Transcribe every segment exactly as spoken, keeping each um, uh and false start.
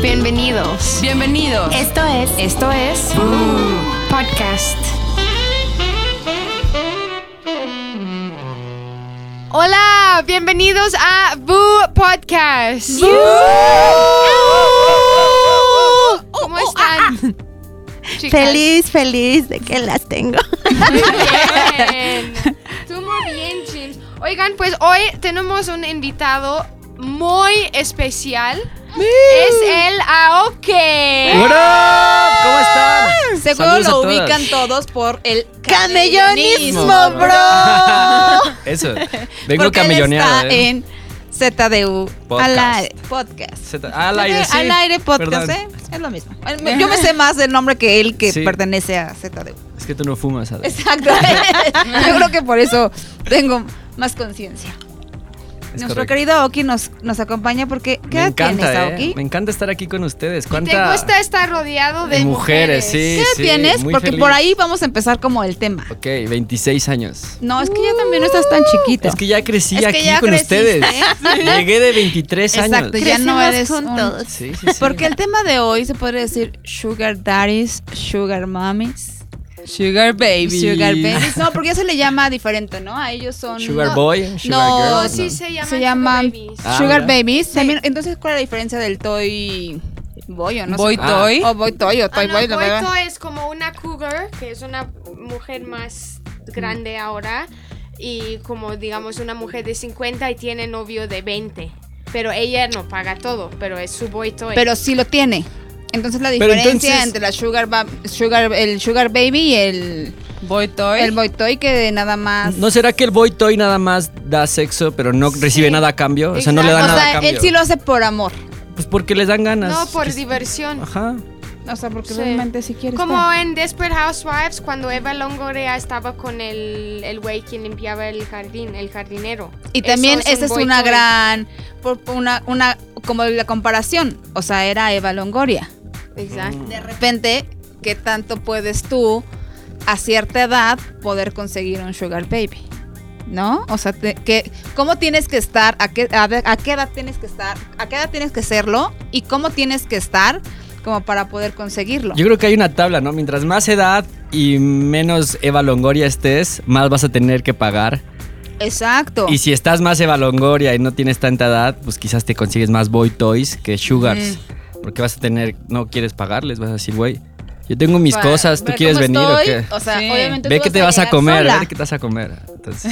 Bienvenidos. Bienvenidos. Esto es. Esto es. Boo Podcast. Hola, bienvenidos a Boo Podcast. Boo. ¿Cómo están? Chicas? Feliz, feliz de que las tengo. Muy bien. Tú muy bien, James. Oigan, pues hoy tenemos un invitado muy especial. Es el Aoki. What up? ¿Cómo están? Seguro Saludos lo a todas. ubican todos por el Camellonismo, camellonismo, bro. Eso. Vengo Porque él camelloneado. está ¿eh? en Z D U Podcast. al aire podcast. Z- al aire, sí. Al aire podcast, Perdón. ¿eh? Es lo mismo. Yo me sé más del nombre que él que Sí. pertenece a Z D U. Es que tú no fumas, Ada. Exacto. Yo creo que por eso tengo más conciencia. Es Nuestro correcto. querido Aoki nos, nos acompaña porque ¿qué Me edad encanta, tienes, ¿eh? Aoki? Me encanta estar aquí con ustedes. ¿Te ¿Cuánta gusta estar rodeado de, de mujeres? Sí, ¿Qué edad sí. tienes? muy Porque feliz. por ahí vamos a empezar como el tema. Ok, veintiséis años. No, es que ya también no estás tan chiquito. Es que ya crecí Es que aquí ya con creciste. ustedes. Llegué de veintitrés años. Exacto, ya no Crecimos eres juntos. un- Sí, sí, sí. Porque el tema de hoy se podría decir sugar daddies, sugar mommies, Sugar baby. sugar babies. No, porque ya se le llama diferente, ¿no? A ellos son Sugar no, boy, sugar no, girl. No, sí se llaman se llaman sugar babies. Ah, sugar mira. babies. También, entonces, ¿cuál es la diferencia del toy boy o no Boy sé? toy. O boy toy o toy Ah, no, boy, la verdad. Boito es como una cougar, que es una mujer más grande ahora, y como digamos una mujer de cincuenta y tiene novio de veinte. Pero ella no paga todo, pero es su boy toy. Pero sí lo tiene. Entonces la Pero diferencia entonces- entre la sugar, ba- sugar el sugar baby y el Boy toy. el boy toy que de nada más. ¿No será que el boy toy nada más da sexo, pero no recibe nada a cambio? O sea, no le da o nada a sea, cambio. él sí lo hace por amor. Pues porque les dan ganas. no por Que- diversión. Ajá. O sea, porque Sí. realmente sí quiere Como estar. en Desperate Housewives, cuando Eva Longoria estaba con el el güey quien limpiaba el jardín, el jardinero. Y también Eso esa un es boy una toy. gran por una una como la comparación, o sea, era Eva Longoria. Exacto. De repente, ¿qué tanto puedes tú a cierta edad poder conseguir un sugar baby? ¿No? O sea, te- que, ¿cómo tienes que estar? A qué, a, ver, ¿A qué edad tienes que estar? ¿A qué edad tienes que serlo? ¿Y cómo tienes que estar como para poder conseguirlo? Yo creo que hay una tabla, ¿no? Mientras más edad y menos Eva Longoria estés, más vas a tener que pagar. Exacto. Y si estás más Eva Longoria y no tienes tanta edad, pues quizás te consigues más boy toys que sugars. Porque vas a tener, no quieres pagarles, vas a decir, güey, yo tengo mis Para cosas, ¿tú ver quieres cómo venir estoy, o qué? O sea, Sí. obviamente Ve tú que te vas a llegar comer, sola. ve que te vas a comer. Entonces,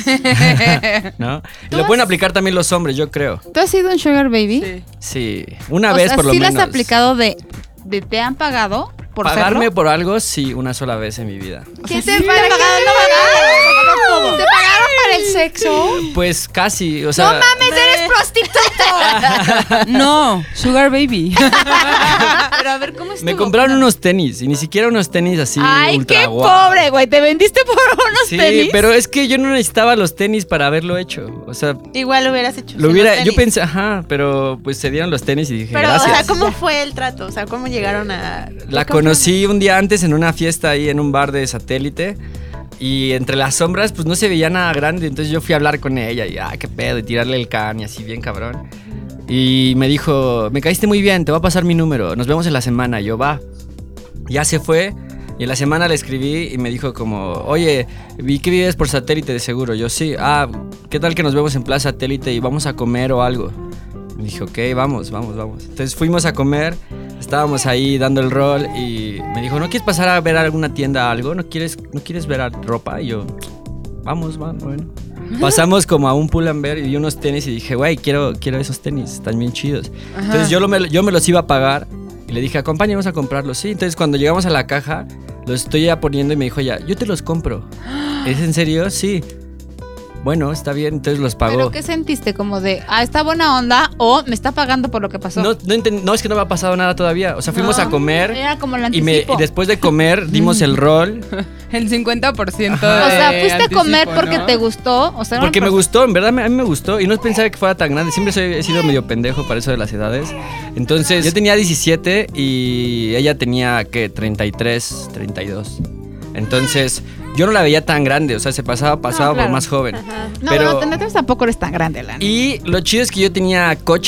¿no? Y lo pueden aplicar también los hombres, yo creo. ¿Tú has sido un sugar baby? Sí. Sí, una o vez sea, por lo ¿sí menos. las has aplicado de, de te han pagado por Pagarme serlo? por algo, sí, una sola vez en mi vida. ¿Qué sea, te sí, para- te qué pagaron, te no pagaron? ¿Te pagaron para el sexo? Pues casi, o sea. ¡No mames, eres prostituto! No, sugar baby. Pero a ver, ¿cómo estuvo? Me compraron unos tenis y ni siquiera unos tenis así Ay, ultra qué guau. pobre, güey. Te vendiste por unos Sí, tenis. pero es que yo no necesitaba los tenis para haberlo hecho. O sea, Igual lo hubieras hecho. lo sin hubiera, los yo tenis. pensé, ajá, pero pues se dieron los tenis y dije, Pero, gracias. o sea, ¿cómo fue el trato? O sea, ¿cómo llegaron a...? La conocí un día antes en una fiesta ahí en un bar de Satélite. Y entre las sombras, pues no se veía nada grande. Entonces yo fui a hablar con ella y, ah, qué pedo, y tirarle el can y así bien cabrón. Y me dijo, me caíste muy bien, te voy a pasar mi número, nos vemos en la semana. Y yo, va. Ya se fue. Y en la semana le escribí y me dijo como, oye, vi que vives por Satélite de seguro. Yo, sí. Ah, ¿qué tal que nos vemos en Plaza Satélite y vamos a comer o algo? Me dije, ok, vamos, vamos, vamos. Entonces fuimos a comer, estábamos ahí dando el rol y me dijo, ¿no quieres pasar a ver alguna tienda algo? ¿No quieres, no quieres ver a ropa? Y yo, vamos, vamos, bueno. Pasamos como a un pull and bear y vi unos tenis y dije, güey, quiero, quiero esos tenis, están bien chidos. Entonces yo, lo me, yo me los iba a pagar y le dije, acompáñanos a comprarlos. Sí, entonces cuando llegamos a la caja, los estoy ya poniendo y me dijo ya, yo te los compro. ¿Es en serio? Sí. Bueno, está bien, entonces los pagó. ¿Pero qué sentiste? Como de, ah, está buena onda o me está pagando por lo que pasó. No, no, enten- no, es que no me ha pasado nada todavía. O sea, fuimos No, a comer Era como el y, anticipo. me, y después de comer dimos el rol. El cincuenta por ciento Ajá. O de sea, fuiste a anticipo, comer porque ¿no? te gustó. O sea, era Porque una me profe- gustó, en verdad me- a mí me gustó. Y no pensaba que fuera tan grande. Siempre soy- he sido medio pendejo para eso de las edades. Entonces, yo tenía diecisiete y ella tenía, ¿qué? treinta y tres, treinta y dos. Entonces, yo no la veía tan grande. O sea, se pasaba, pasaba No, claro. por más joven. No, Pero- no, Tenetres tampoco eres tan grande, la neta. Y lo chido es que yo tenía coche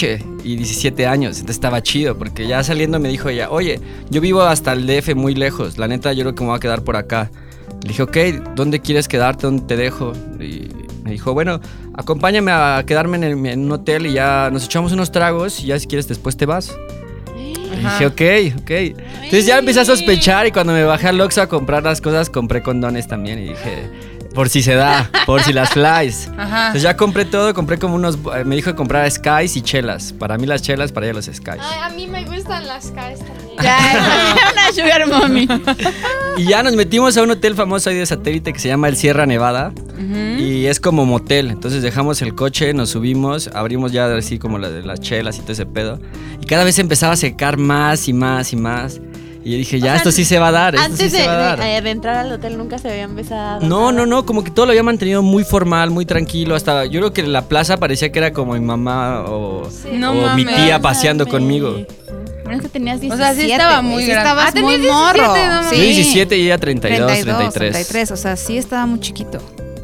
y diecisiete años, entonces estaba chido, porque ya saliendo me dijo ella, oye, yo vivo hasta el D F muy lejos, la neta yo creo que me voy a quedar por acá. Le dije, ok, ¿dónde quieres quedarte? ¿Dónde te dejo? Y me dijo, bueno, acompáñame a quedarme en, el- en un hotel y ya nos echamos unos tragos y ya si quieres después te vas. Y dije, ok, ok. Entonces ya empecé a sospechar y cuando me bajé al Oxxo a comprar las cosas, compré condones también y dije, por si se da, por si las flies. Ajá. Entonces ya compré todo, compré como unos, eh, me dijo que comprara Skies y chelas. Para mí las chelas, para ella los Skies. Ay, a mí me gustan las caras también. Ya, una sugar mommy. Y ya nos metimos a un hotel famoso ahí de satélite que se llama el Sierra Nevada. Y es como motel. Entonces dejamos el coche, nos subimos, abrimos ya así como la de las chelas y todo ese pedo. Y cada vez empezaba a secar más y más y más. Y yo dije, ya, sea, esto sí se va a dar. Esto Antes sí de, se va a dar. de- de entrar al hotel nunca se habían besado. No, nada. no, no, como que todo lo había mantenido muy formal, muy tranquilo. Hasta yo creo que la plaza parecía que era como mi mamá o, No o mi mames. tía paseando conmigo. Bueno, es que tenías O diecisiete. sea, sí estaba güey, muy sí grande. estabas Ah, muy tenías morro. diecisiete, no Sí. Yo diecisiete y ella treinta y dos, treinta y dos, treinta y tres. treinta y tres, o sea, sí estaba muy chiquito.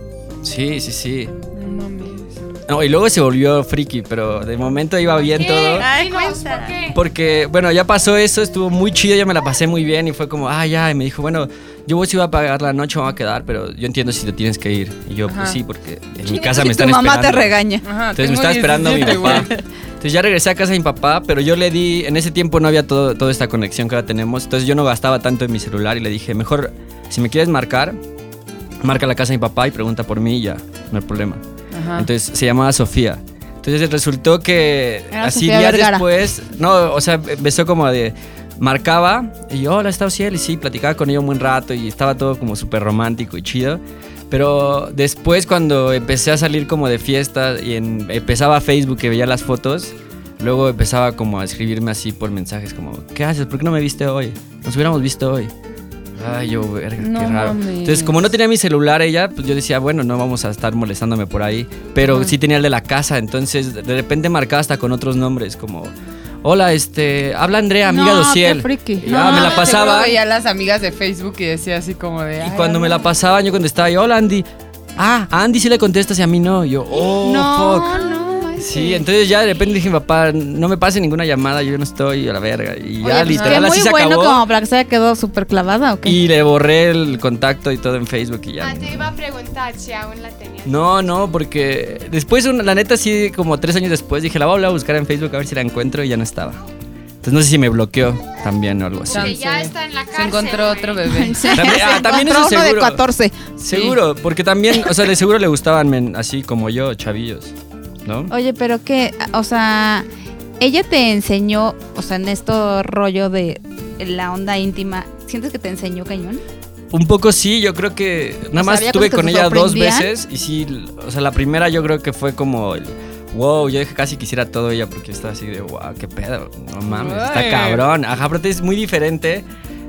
Sí, sí, sí. No mames. No, y luego se volvió friki, pero de momento iba bien todo. Ay, Dinos, cuenta. ¿por qué? Porque, bueno, ya pasó eso, estuvo muy chido, yo me la pasé muy bien y fue como, ah, ya, y me dijo, bueno, yo voy si iba a pagar la noche, me voy a quedar, pero yo entiendo si te tienes que ir. Y yo, pues Ajá. sí, porque en mi casa me Tu están mamá esperando. te regaña. Ajá, Entonces me tengo estaba esperando mi diecisiete, papá. güey. Entonces ya regresé a casa de mi papá, pero yo le di, en ese tiempo no había todo, toda esta conexión que ahora tenemos, entonces yo no gastaba tanto en mi celular y le dije, mejor, si me quieres marcar, marca la casa de mi papá y pregunta por mí y ya, no hay problema. Ajá. Entonces se llamaba Sofía. Entonces resultó que Era así Sofía días Vergara. después, no, o sea, empezó como de, marcaba y yo, hola, está Ociel, y sí, platicaba con ella un buen rato y estaba todo como súper romántico y chido. Pero después cuando empecé a salir como de fiesta y en- empezaba Facebook que veía las fotos, luego empezaba como a escribirme así por mensajes como, ¿qué haces? ¿Por qué no me viste hoy? Nos hubiéramos visto hoy. Ay, yo, verga, No qué raro. mames. Entonces, como no tenía mi celular ella, pues yo decía, bueno, no vamos a estar molestándome por ahí. Pero Ajá. sí tenía el de la casa, entonces de repente marcaba hasta con otros nombres, como, hola, este, habla Andrea, amiga No, de Ociel. qué friki. Y ya me la Seguro pasaba. veía a las amigas de Facebook y decía así como de. Y "Ay, cuando me la hola". pasaban, yo contestaba, yo, hola Andy. Ah, a Andy sí le contestas y a mí no. Y yo, oh, No, fuck. no. Sí, entonces ya de repente dije, papá, no me pase ninguna llamada, yo no estoy a la verga. Y ya Oye, pues literal qué así muy se bueno acabó. como para que se haya quedado súper clavada, ¿o qué? Y le borré el contacto y todo en Facebook y ya. Ah, te iba a preguntar si aún la tenías. No, no, porque después, una- la neta, sí, como tres años después, dije, la voy a volver a buscar en Facebook a ver si la encuentro y ya no estaba. Entonces no sé si me bloqueó también o algo así. Que ya está en la Se cárcel. encontró güey. otro bebé. También, ah, también eso Encontró uno de seguro. catorce. Seguro, porque también, o sea, de seguro le gustaban men, así como yo, chavillos, ¿no? Oye, pero qué, o sea, ella te enseñó, o sea, en esto rollo de la onda íntima, ¿sientes que te enseñó cañón? Un poco sí, yo creo que nada O sea, más ¿había estuve cosas que con te ella dos sorprendían? veces y sí, o sea, la primera yo creo que fue como, el, wow, yo dije casi quisiera todo ella porque yo estaba así de, wow, qué pedo, no mames, está Ay. cabrón. Ajá, pero es muy diferente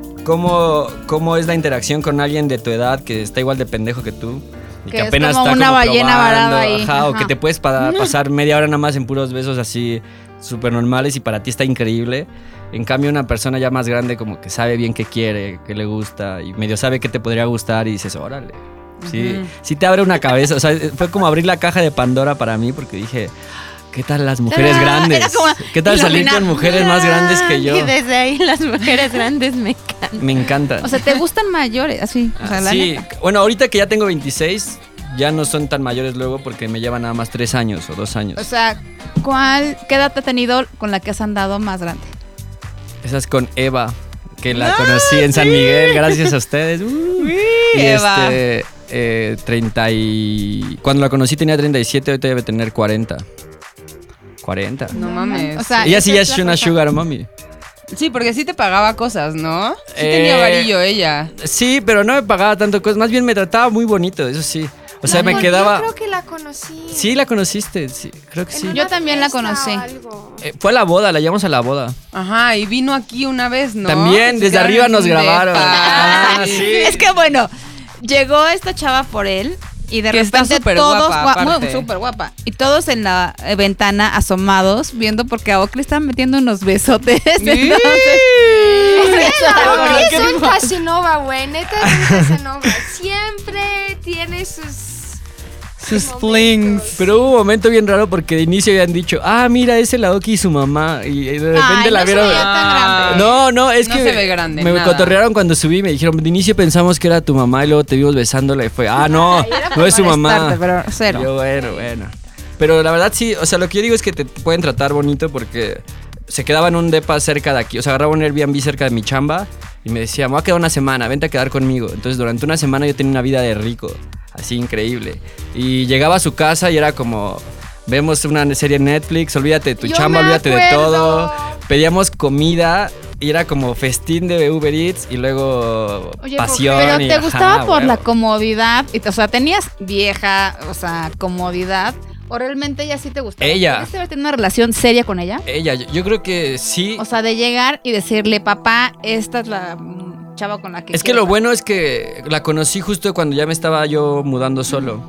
cómo, cómo es la interacción con alguien de tu edad que está igual de pendejo que tú. Y Que que es apenas como está una como ballena probando, varada ahí, Ajá, o ajá. que te puedes pa- pasar media hora nada más en puros besos así súper normales y para ti está increíble. En cambio, una persona ya más grande como que sabe bien qué quiere, qué le gusta y medio sabe qué te podría gustar y dices, órale. Sí, Ujú. sí te abre una cabeza. O sea, fue como abrir la caja de Pandora para mí porque dije, ¿qué tal las mujeres ¡Tarán! grandes? Era como ¿Qué tal salir iluminar. con mujeres más grandes que yo? Y desde ahí las mujeres grandes me encantan. Me encantan. O sea, ¿te gustan mayores? Así, o sea, Ah, la sí, neta. bueno, ahorita que ya tengo veintiséis, ya no son tan mayores luego porque me llevan nada más tres años o dos años. O sea, ¿cuál, qué edad te ha tenido con la que has andado más grande? Esa es con Eva, que la conocí en San Miguel, gracias a ustedes. Uh. y Eva. este, eh, treinta y... Cuando la conocí tenía treinta y siete, ahorita debe tener cuarenta. cuarenta. No mames. O sea, Ella sí esa ya es es la una cosa. sugar mommy. Sí, porque sí te pagaba cosas, ¿no? Sí Eh, tenía varillo ella. Sí, pero no me pagaba tanto cosas, más bien me trataba muy bonito, eso sí. O sea, me Yo quedaba... creo que la conocí. Sí, la conociste, sí, creo que En sí. una Yo también la fiesta conocí. o algo. Eh, fue a la boda, la llevamos a la boda. Ajá, y vino aquí una vez, ¿no? También, Se desde quedaron arriba en nos un grabaron. depa. Ah, sí. Es que bueno, llegó esta chava por él y de Que está repente súper todos guapa, gua- muy- aparte. súper guapa y todos en la eh, ventana asomados viendo porque a Oakley estaban metiendo unos besotes. Entonces, Claro, Pero que qué es un Casanova, güey. Neta es un Casanova. Siempre tiene sus. Sus flings. Pero hubo un momento bien raro porque de inicio habían dicho, ah, mira, es el Aoki y su mamá. Y de repente Ay, la no se vieron. veía tan grande. No, no, es No que se ve grande, me nada. cotorrearon cuando subí y me dijeron, de inicio pensamos que era tu mamá y luego te vimos besándola y fue, ah, no, no es su mamá. Molestarte, pero cero. Y yo, bueno, bueno. Pero la verdad sí, o sea, lo que yo digo es que te pueden tratar bonito porque se quedaba en un depa cerca de aquí. O sea, agarraba un Airbnb cerca de mi chamba y me decía, me voy a quedar una semana, vente a quedar conmigo. Entonces durante una semana yo tenía una vida de rico, así increíble. Y llegaba a su casa y era como, vemos una serie en Netflix, olvídate de tu Yo chamba, me olvídate de acuerdo. todo. Pedíamos comida y era como festín de Uber Eats y luego Oye, pasión. Pero y te ajá, gustaba por huevo. la comodidad, y- o sea, tenías vieja, o sea, comodidad, o realmente ella sí te gustaba. Ella. ¿Pudiste haber tenido una relación seria con ella? Ella, yo, yo creo que sí. O sea, de llegar y decirle, papá, esta es la mm, chava con la que Es que quiero lo estar". bueno es que la conocí justo cuando ya me estaba yo mudando solo.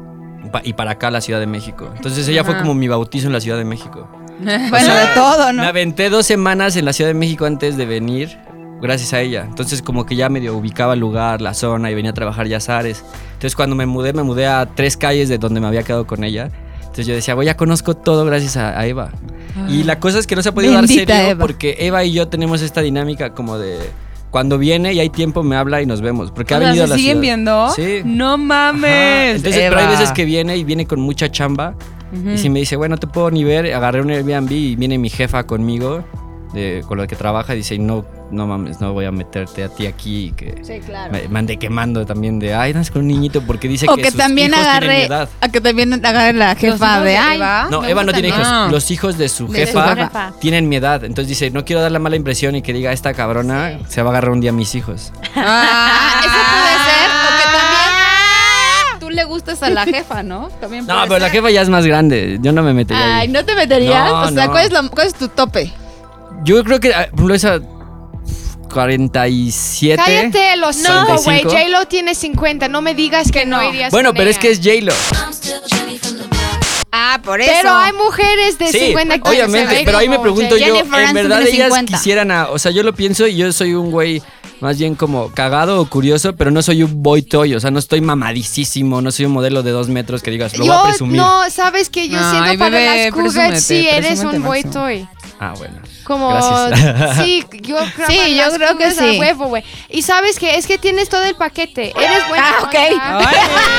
Pa- y para acá, a la Ciudad de México. Entonces ella fue Ajá. como mi bautizo en la Ciudad de México. Bueno, O sea, de todo, ¿no? Me aventé dos semanas en la Ciudad de México antes de venir, gracias a ella. Entonces como que ya medio ubicaba el lugar, la zona y venía a trabajar ya Zares. Entonces cuando me mudé, me mudé a tres calles de donde me había quedado con ella. Entonces yo decía, voy, ya conozco todo gracias a, a Eva. Y la cosa es que no se ha podido Bendita dar serio Eva. porque Eva y yo tenemos esta dinámica como de... Cuando viene y hay tiempo me habla y nos vemos. Porque ha O sea, venido ¿se a la siguen ciudad. viendo? Sí. No Ajá. mames. Entonces, pero hay Eva. veces que viene y viene con mucha chamba. Ujú. Y si me dice, bueno, no te puedo ni ver, agarré un Airbnb y viene mi jefa conmigo, de, con la que trabaja, y dice, no, no mames, no voy a meterte a ti aquí. Y que Sí, claro. me, me ande quemando también de, ay, no es con un niñito, porque dice O que, que sus también hijos tienen mi agarre, edad. a que también agarre la ¿Los jefa hijos de, de ay, Eva? No, me Eva no gustan, tiene hijos. Ah. Los hijos de su De su jefa jefa. tienen mi edad. Entonces dice, no quiero dar la mala impresión y que diga, esta cabrona se va a agarrar un día a mis hijos. Ah, eso puede ser, o que también tú le gustas a la jefa, ¿no? También No, puede pero la ser. jefa ya es más grande. Yo no me metería Ay, ahí. ¿no te meterías? No, o sea, no. ¿cuál es, la- ¿cuál es tu tope? Yo creo que, ah, por ejemplo, esa cuarenta y siete. Cállate los cinco, cuarenta y güey. cinco. J-Lo tiene cincuenta. No me digas que no irías Bueno, con pero es ella. que es J-Lo. Ah, por eso. Pero hay mujeres de Sí, cincuenta que se obviamente, ven pero ahí me como pregunto J-Lo. yo, Jennifer en Aniston verdad tiene ellas cincuenta. quisieran a, o sea, yo lo pienso y yo soy un güey más bien como cagado o curioso, pero no soy un boy toy, o sea, no estoy mamadísimo, no soy un modelo de dos metros que digas, lo voy a Yo, presumir. no, sabes que yo Ay, siento para bebé, las cougars presúmete, sí eres presúmete un boy máximo. toy. Ah, bueno. Como, Gracias. sí, yo creo, Sí, para yo las creo que cougars a sí. huevo, güey. Y sabes que es que tienes todo el paquete. Eres buena Ah, ok. onda.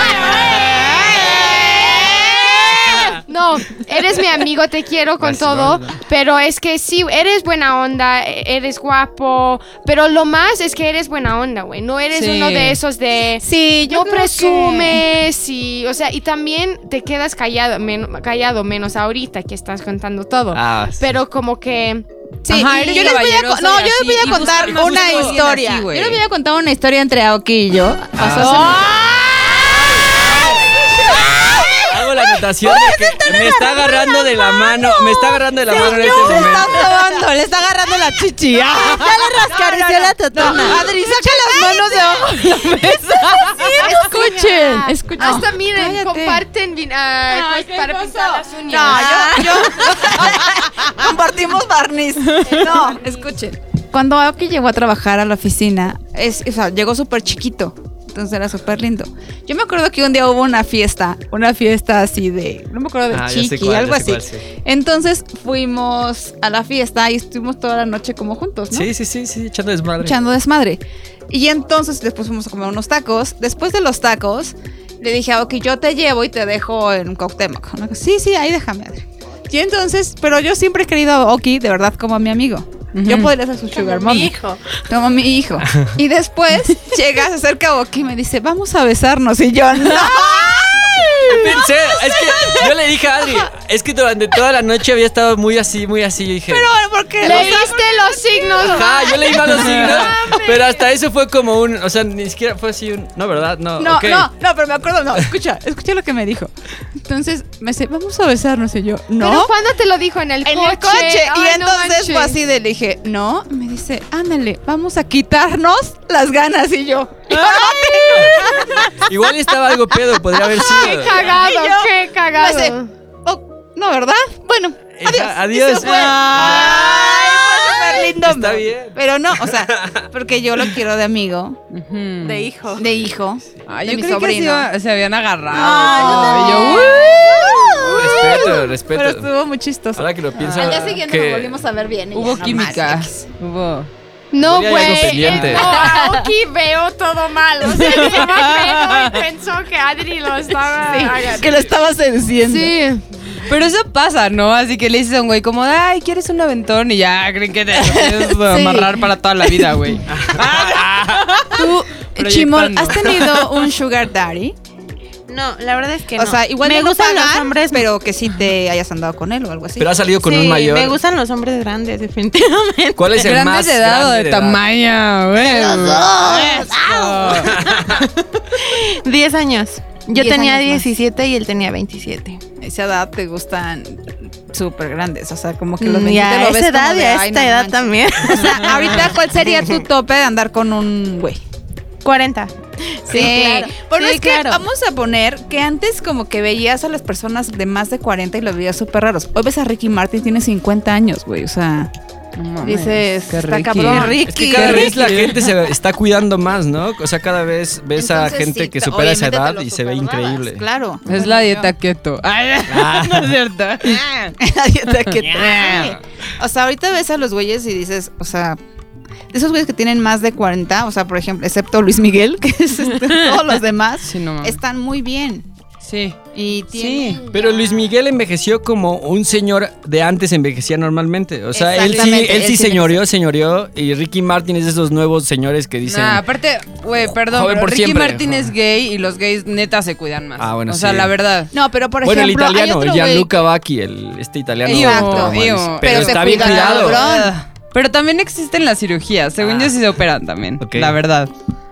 No, eres mi amigo, te quiero con Gracias, todo, gracias. pero es que sí, eres buena onda, eres guapo, pero lo más es que eres buena onda, güey. No eres Sí. uno de esos de Sí, yo no creo que- presumes y, o sea, y también te quedas callado, men- callado menos ahorita que estás contando todo. Ah, sí. Pero como que Sí, Ajá, y eres yo les voy a, caballeroso co- no, y yo les así, voy a y contar busca- una busca a alguien historia. así, güey. yo les voy a contar una historia entre Aoki y yo. Ah. Pasó hace- Hago la anotación de que me está agarrando de la mano, me está agarrando de la mano en este Le está momento. probando, le está agarrando la chichi. Ya le rascarició la totona. Adri, saca las manos de abajo de la mesa. Escuchen, escuchen. hasta miren, Cállate. comparten vin- ah, Ay, pues, para ¿qué pintar pasó? las uñas. No, yo, yo. Compartimos barniz. No, escuchen. Cuando Aoki llegó a trabajar a la oficina, es, o sea, llegó súper chiquito. Entonces era súper lindo. Yo me acuerdo que un día hubo una fiesta, una fiesta así de, no me acuerdo de Ah, ya sé chiqui, cuál, algo ya sé así. cuál, sí. Entonces fuimos a la fiesta y estuvimos toda la noche como juntos, ¿no? Sí, sí, sí, sí, echando desmadre. Echando desmadre. Y entonces después fuimos a comer unos tacos. Después de los tacos, le dije a Oki, yo te llevo y te dejo en Cuauhtémoc. ¿No? Sí, sí, ahí déjame, Adri. Y entonces, pero yo siempre he querido a Oki de verdad como a mi amigo. Yo podría ser su sugar Como mi mommy. hijo. Como mi hijo. Y después llega, se acerca a Oki y me dice, vamos a besarnos. Y yo, no. Pensé, es que yo le dije a Adri, es que durante toda la noche había estado muy así, muy así. Yo dije, Pero, ¿por qué? Leíste los signos. ajá, yo leí mal los signos. Pero hasta eso fue como un, o sea, ni siquiera fue así un, no, ¿verdad? No, No, ok. no, no, pero me acuerdo, no, escucha, escucha lo que me dijo. Entonces me dice, vamos a besarnos. Y yo, no. ¿Pero cuándo te lo dijo? En el En coche. el coche. Y Ay, no entonces manches. fue así de, le dije, no. Me dice, ándale, vamos a quitarnos las ganas. Y yo, Igual estaba algo pedo, podría haber Qué sido. cagado, Y yo, qué me cagado. hace, "Oh, no, ¿verdad? Bueno, Hija, adiós. adiós. Y se fue. Ay, fue súper lindo. Está bien. Pero no, o sea, porque yo lo quiero de amigo, Ujú. De hijo. de hijo. Ay, de yo mi creí que se, sobrino. iba- se habían agarrado. Ay, y yo, Respeto, respeto. Pero estuvo muy chistoso. Ahora que lo pienso. Al día siguiente que- nos volvimos a ver bien. y hubo ya, química. normal, X. Hubo. No, Igual hay algo güey. pendiente. eh, No, Aoki veo todo mal. O sea, estaba pedo y pensó que Adri lo estaba agarrando. Que lo estabas seduciendo. Sí. Pero eso pasa, ¿no? Así que le dices a un güey como, ay, ¿quieres un aventón? Y ya creen que te lo quieres amarrar para toda la vida, güey. Tú, Proyectando. Chimol, ¿has tenido un sugar daddy? No, la verdad es que O no. sea, igual me no gustan pagan, los hombres, pero que sí te hayas andado con él o algo así. Pero ha salido con sí, un mayor. me gustan los hombres grandes, definitivamente. ¿Cuál es el Grandes más de edad o grande de de edad? tamaño, güey. diez años. Yo diez tenía años más. diecisiete y él tenía veintisiete. Esa edad te gustan súper grandes, o sea, como que los Mm, y veintisiete a lo ves esa edad como y de, a "Ay, esta no edad manches". también. O sea, ahorita, ¿cuál sería tu tope de andar con un güey? cuarenta. Sí, claro. Bueno, Sí, es que claro. vamos a poner que antes como que veías a las personas de más de cuarenta y los veías súper raros. Hoy ves a Ricky Martin, tiene cincuenta años, güey, o sea, No mames, dices, qué está Ricky. cabrón. Qué Es que cada vez la gente se está cuidando más, ¿no? O sea, cada vez ves a Entonces, gente sí, que te- supera esa obviamente te edad lo y se ve superdoras, increíble. Claro. Es la dieta keto. Ay, no es cierto. La dieta que trae. O sea, ahorita ves a los güeyes y dices, o sea, de esos güeyes que tienen más de cuarenta, o sea, por ejemplo, excepto Luis Miguel, que es este, todos los demás, Sí, no mames. están muy bien. Sí. Y tienen Sí. Pero Luis Miguel envejeció como un señor de antes envejecía normalmente. O sea, él sí, Exactamente, él él sí sí señoreó, señoreó. Y Ricky Martin es de esos nuevos señores que dicen. Nah, aparte, güey, perdón, Joven pero por Ricky siempre, Martin joven. es gay y los gays neta se cuidan más. Ah, bueno, O sea, sí. la verdad. No, pero por bueno, el ejemplo, hay italiano, otro el güey- Gianluca Vacchi, el, este italiano. Exacto, como iu. dice, Pero Pero se está bien cuida, cuidado. cabrón. Pero también existen las cirugías. Según Ah. yo sí se operan también. Ok. La verdad.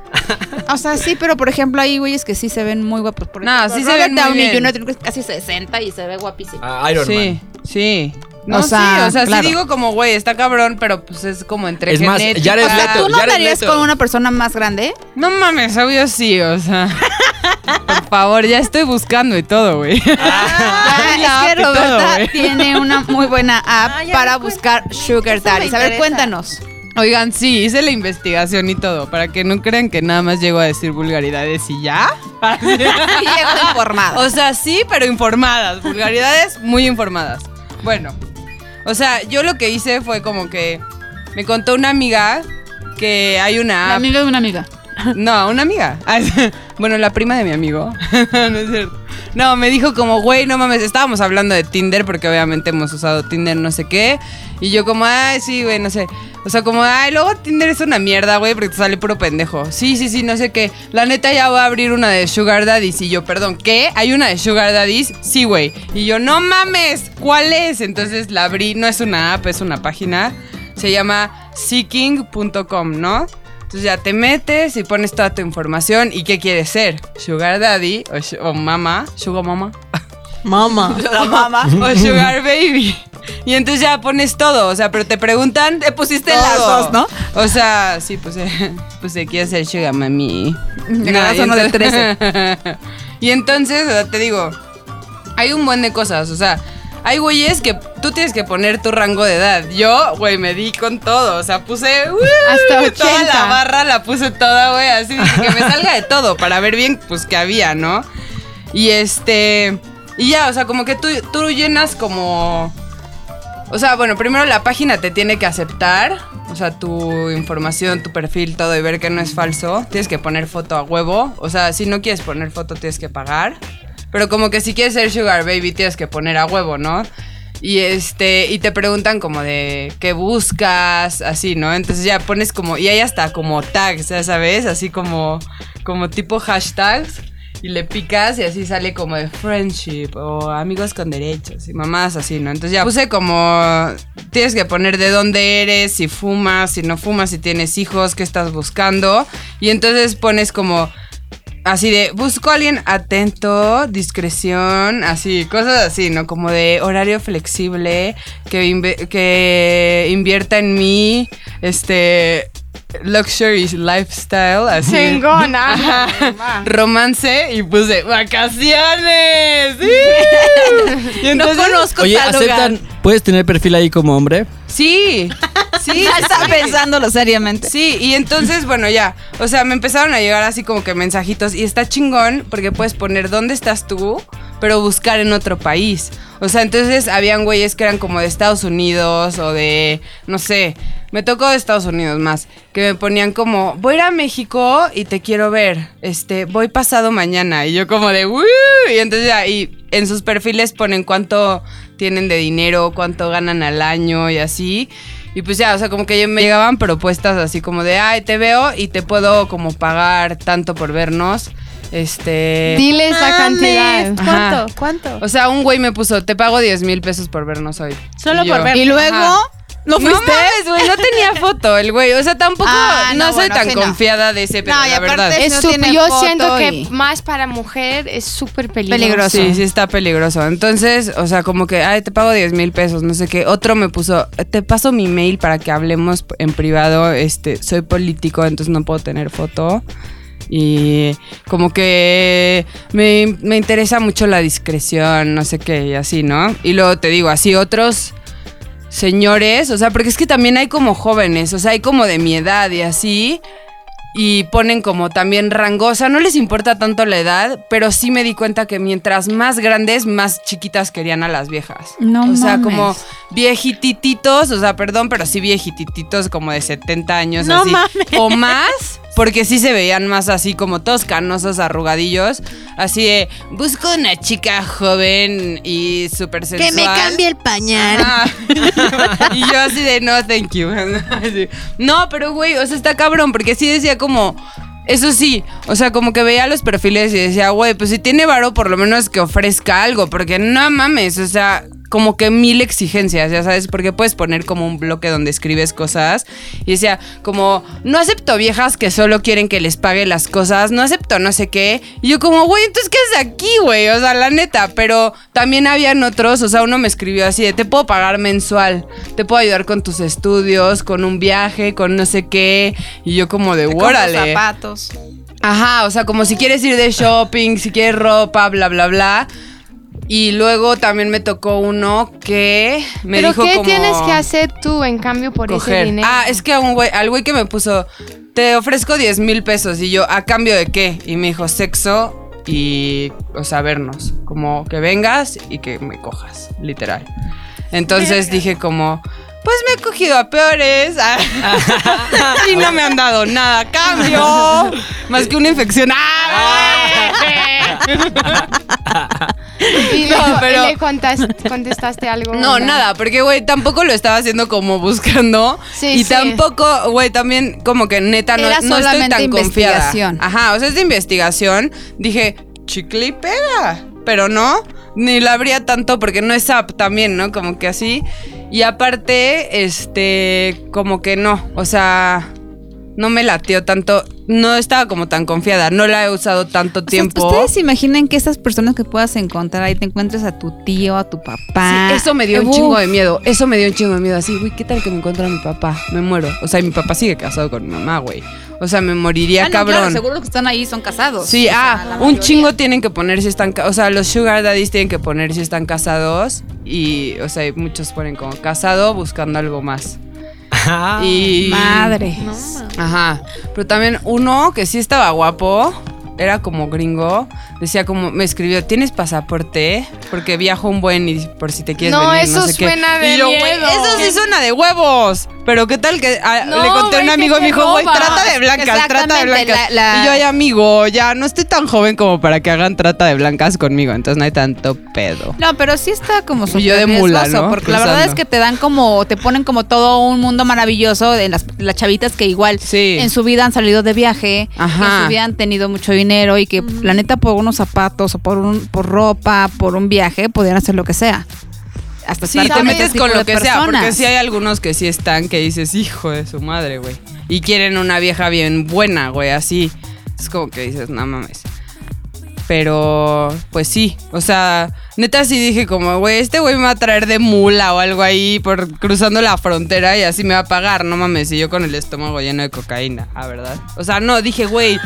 O sea, sí, pero por ejemplo hay güeyes que sí se ven muy guapos. Por No, ejemplo, sí se Robert ven muy Downey bien. junior tiene casi sesenta y se ve guapísimo. Ah, Iron Sí, Man. sí. No, O sea, sí, o sea, claro. sí digo como, güey, está cabrón, pero pues es como entre Es más, genética. Jared O sea, Leto. ¿tú no Jared andarías Leto. con una persona más grande? No mames, obvio sí, o sea. Por favor, ya estoy buscando y todo, güey. Ah, vi la es app que y todo, Roberta güey. tiene una muy buena app Ah, ya para me cuenta. buscar sugar Eso me daddies. A ver, interesa. cuéntanos. Oigan, sí, hice la investigación y todo, para que no crean que nada más llego a decir vulgaridades y ya. Y llego informada. O sea, sí, pero informadas. Vulgaridades muy informadas. Bueno, o sea, yo lo que hice fue como que me contó una amiga que hay una La app. amiga de una amiga. No, una amiga. Ah, sí. Bueno, la prima de mi amigo. No es cierto. No, me dijo como, güey, no mames, estábamos hablando de Tinder porque obviamente hemos usado Tinder no sé qué. Y yo como, ay, sí, güey, no sé. O sea, como, ay, luego Tinder es una mierda, güey, porque te sale puro pendejo. Sí, sí, sí, no sé qué. La neta ya voy a abrir una de Sugar Daddies. Y yo, perdón, ¿qué? ¿Hay una de Sugar Daddies? Sí, güey. Y yo, no mames, ¿cuál es? Entonces la abrí, no es una app, es una página. Se llama seeking punto com, ¿no? Entonces ya te metes y pones toda tu información y qué quieres ser, Sugar Daddy o, sh- o Mama, Sugar Mama Mamá. La mamá. o Sugar Baby. Y entonces ya pones todo, o sea, pero te preguntan, Te pusiste todo. las dos, ¿no? O sea, sí, pues, eh, pues eh, quieres ser Sugar Mami. Te No, ganas y uno de entonces- Y entonces, o sea, te digo, hay un buen de cosas, o sea, hay güeyes que tú tienes que poner tu rango de edad. Yo, güey, me di con todo. O sea, puse uh, Hasta toda la ochenta. barra, la puse toda, güey. Así dije, que me salga de todo para ver bien, pues, que había, ¿no? Y este... Y ya, o sea, como que tú, tú llenas como... O sea, bueno, primero la página te tiene que aceptar. O sea, tu información, tu perfil, todo, y ver que no es falso. Tienes que poner foto a huevo. O sea, si no quieres poner foto, tienes que pagar. Pero como que si quieres ser Sugar Baby, tienes que poner a huevo, ¿no? Y este, y te preguntan como de qué buscas, así, ¿no? Entonces ya pones como, y hay hasta como tags, ya sabes, así como, como tipo hashtags. Y le picas y así sale como de friendship o amigos con derechos y mamás así, ¿no? Entonces ya puse como, tienes que poner de dónde eres, si fumas, si no fumas, si tienes hijos, qué estás buscando. Y entonces pones como... Así de, busco a alguien atento, discreción, así, cosas así, ¿no? Como de horario flexible, que, inve- que invierta en mí, este, luxury lifestyle, así. Chingona. Ajá. Romance y puse vacaciones. Y No entonces, conozco Oye, tal lugar. ¿aceptan? ¿Puedes tener perfil ahí como hombre? Sí, sí. Ya estaba sí. pensándolo seriamente. Sí, y entonces, bueno, ya. O sea, me empezaron a llegar así como que mensajitos. Y está chingón porque puedes poner dónde estás tú, pero buscar en otro país. O sea, entonces habían güeyes que eran como de Estados Unidos o de, no sé, me tocó de Estados Unidos más, que me ponían como, voy a ir a México y te quiero ver, este, voy pasado mañana. Y yo como de, ¡Woo! Y entonces ya, y en sus perfiles ponen cuánto tienen de dinero, cuánto ganan al año y así. Y pues ya, o sea, como que me llegaban propuestas así como de, ay, te veo y te puedo como pagar tanto por vernos. Este... Diles la cantidad. Mames, Ajá. ¿Cuánto? ¿Cuánto? O sea, un güey me puso, te pago diez mil pesos por vernos hoy. Solo Y por yo, ver. Y luego, Ajá. ¿no No fuiste? mames, güey, no tenía foto el güey. O sea, tampoco, Ah, no, no, soy bueno, tan sí, no. confiada de ese, pero No, y la aparte verdad. es- Es no súper- tiene yo foto siento que y- más para mujer es súper peligroso. Peligroso. Sí, sí está peligroso. Entonces, o sea, como que, ay, te pago diez mil pesos, no sé qué. Otro me puso, te paso mi mail para que hablemos en privado. Este, soy político, entonces no puedo tener foto. Y como que me, me interesa mucho la discreción, no sé qué, y así, ¿no? Y luego te digo, así otros señores, o sea, porque es que también hay como jóvenes, o sea, hay como de mi edad y así. Y ponen como también rango, o sea, no les importa tanto la edad, pero sí me di cuenta que mientras más grandes, más chiquitas querían a las viejas. No O sea, mames. como viejitititos, o sea, perdón, pero sí viejitititos como de setenta años No así. mames. O más, porque sí se veían más así como todos canosos, arrugadillos. Así de, busco una chica joven y súper sensual. Que me cambie el pañal. Ajá. Y yo así de, no, thank you. Así. No, pero güey, o sea, está cabrón, porque sí decía como, eso sí, o sea, como que veía los perfiles y decía, güey, pues si tiene varo, por lo menos que ofrezca algo, porque no mames, o sea, como que mil exigencias, ya sabes, porque puedes poner como un bloque donde escribes cosas y decía, como, no acepto viejas que solo quieren que les pague las cosas, no acepto no sé qué. Y yo como, güey, entonces, ¿qué haces aquí, güey? O sea, la neta, pero también habían otros, o sea, uno me escribió así de, te puedo pagar mensual, te puedo ayudar con tus estudios, con un viaje, con no sé qué. Y yo como de, Te compro órale. zapatos. Ajá, o sea, como si quieres ir de shopping, si quieres ropa, bla, bla, bla. Y luego también me tocó uno que me ¿Pero dijo qué como... tienes que hacer tú en cambio por ese coger. dinero? Ah, es que a un güey, al güey que me puso, te ofrezco diez mil pesos. Y yo, ¿a cambio de qué? Y me dijo, sexo y, o sea, vernos. Como que vengas y que me cojas, literal. Entonces dije como... Pues me he cogido a peores y no me han dado nada a cambio, más que una infección. ¡Ah! ¿Y le, No, pero- le contas- contestaste algo? No, nada, porque, güey, tampoco lo estaba haciendo como buscando. Sí, y sí. tampoco, güey, también como que neta no, Era no estoy solamente tan confiada. investigación. Ajá, o sea, es de investigación. Dije, chicle y pega. Pero no, ni la abría tanto porque no es app también, ¿no? Como que así. Y aparte, este, como que no, o sea, no me lateó tanto. No estaba como tan confiada, no la he usado tanto O sea, tiempo. ¿ustedes se imaginan que esas personas que puedas encontrar ahí te encuentres a tu tío, a tu papá? Sí, eso me dio un Uf. chingo de miedo. Eso me dio un chingo de miedo. Así, güey, ¿qué tal que me encuentra mi papá? Me muero. O sea, y mi papá sigue casado con mi mamá, güey. O sea, me moriría, Ah, no, cabrón. claro, seguro los que están ahí son casados. Sí, O sea, ah, la un mayoría. chingo tienen que poner si están... ca- O sea, los sugar daddies tienen que poner si están casados. Y, o sea, muchos ponen como casado buscando algo más. Ah, Y... Madre. Ajá. Pero también uno que sí estaba guapo, era como gringo, decía como, me escribió, ¿tienes pasaporte? Porque viajo un buen y por si te quieres No, venir, eso no sé qué. suena de Y yo, güey, miedo. eso sí suena de huevos. Pero qué tal que ah, No, le conté a un güey, amigo que y me te dijo, güey, roba. trata de blancas, trata de Exactamente, blancas. la- la- Y yo, ay, amigo, ya no estoy tan joven como para que hagan trata de blancas conmigo, entonces no hay tanto pedo. No, pero sí está como súper yo de mula, riesgoso, ¿no? porque la verdad Cruzando. es que te dan como, te ponen como todo un mundo maravilloso de las, las chavitas que igual Sí. en su vida han salido de viaje, que Ajá. en su vida han tenido mucho dinero y que la neta por unos zapatos o por un, por ropa, por un viaje, podrían hacer lo que sea. Hasta Sí, estar te con metes ese con tipo lo de que sea, porque personas. sí hay algunos que sí están que dices, hijo de su madre, güey. Y quieren una vieja bien buena, güey, así. Es como que dices, no mames. Pero, pues sí, o sea, Neta sí dije como, güey, este güey me va a traer de mula o algo ahí por cruzando la frontera y así me va a pagar, no mames, y yo con el estómago lleno de cocaína, ah, ¿verdad? O sea, no, dije, güey,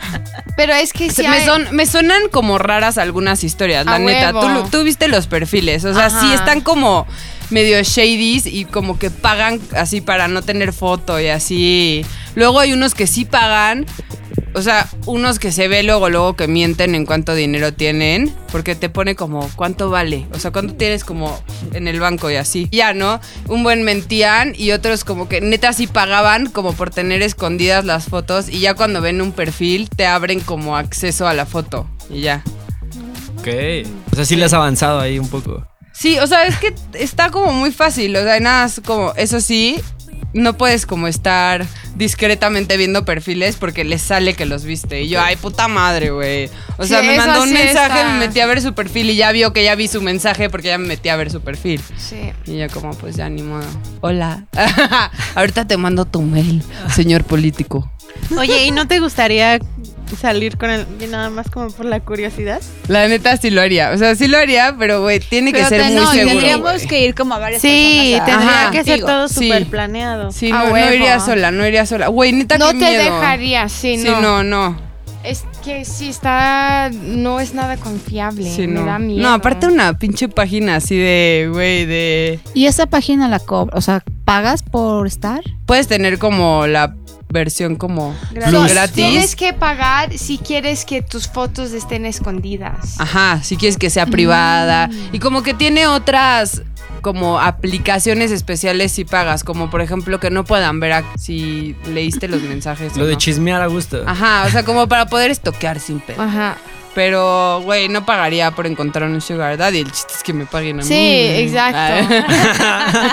Pero es que sí me, hay- son, me suenan como raras algunas historias, la A neta. huevo. Tú, lo- tú viste los perfiles, o sea, Ajá. sí están como medio shadies y como que pagan así para no tener foto y así. Luego hay unos que sí pagan. O sea, unos que se ve luego, luego que mienten en cuánto dinero tienen, porque te pone como cuánto vale, o sea, cuánto tienes como en el banco y así. Ya, ¿no? Un buen mentían y otros como que neta sí pagaban como por tener escondidas las fotos y ya cuando ven un perfil te abren como acceso a la foto y ya. Ok. O sea, sí le has avanzado ahí un poco. Sí, o sea, es que está como muy fácil, o sea, nada, es como, eso sí, no puedes como estar discretamente viendo perfiles porque les sale que los viste. Y yo, ay, puta madre, güey. O sea, Sí, me eso mandó un sí mensaje, está. me metí a ver su perfil y ya vio que ya vi su mensaje porque ya me metí a ver su perfil. Sí. Y yo como, pues ya ni modo. Hola. Ahorita te mando tu mail, señor político. Oye, ¿y no te gustaría salir con él nada más como por la curiosidad? La neta sí lo haría. O sea, sí lo haría, pero güey, tiene que Pero ser te- muy no, seguro. tendríamos güey. que ir como a varias Sí, personas. a- tendría Ajá. que ser Digo, todo sí. súper planeado. Sí, A no, no huevo. iría sola, no iría sola. Güey, neta, No qué te miedo. dejaría, sí, Sí, no. no, no. Es que sí está, no es nada confiable. Sí, me no. da miedo. No, aparte una pinche página así de, güey, de... ¿Y esa página la cobra? O sea, ¿pagas por estar? Puedes tener como la versión como No, gratis. tienes que pagar si quieres que tus fotos estén escondidas. Ajá, si quieres que sea privada. Y como que tiene otras como aplicaciones especiales si pagas. Como por ejemplo que no puedan ver a- si leíste los mensajes. Lo o de no. chismear a gusto. Ajá, o sea, como para poder estoquear sin pedo. Ajá. Pero, güey, no pagaría por encontrar un sugar daddy. El chiste es que me paguen a mí. Sí, exacto. Ah.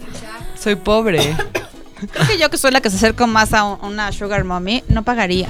Soy pobre. Creo que yo que soy la que se acerca más a un- una sugar mommy, no pagaría.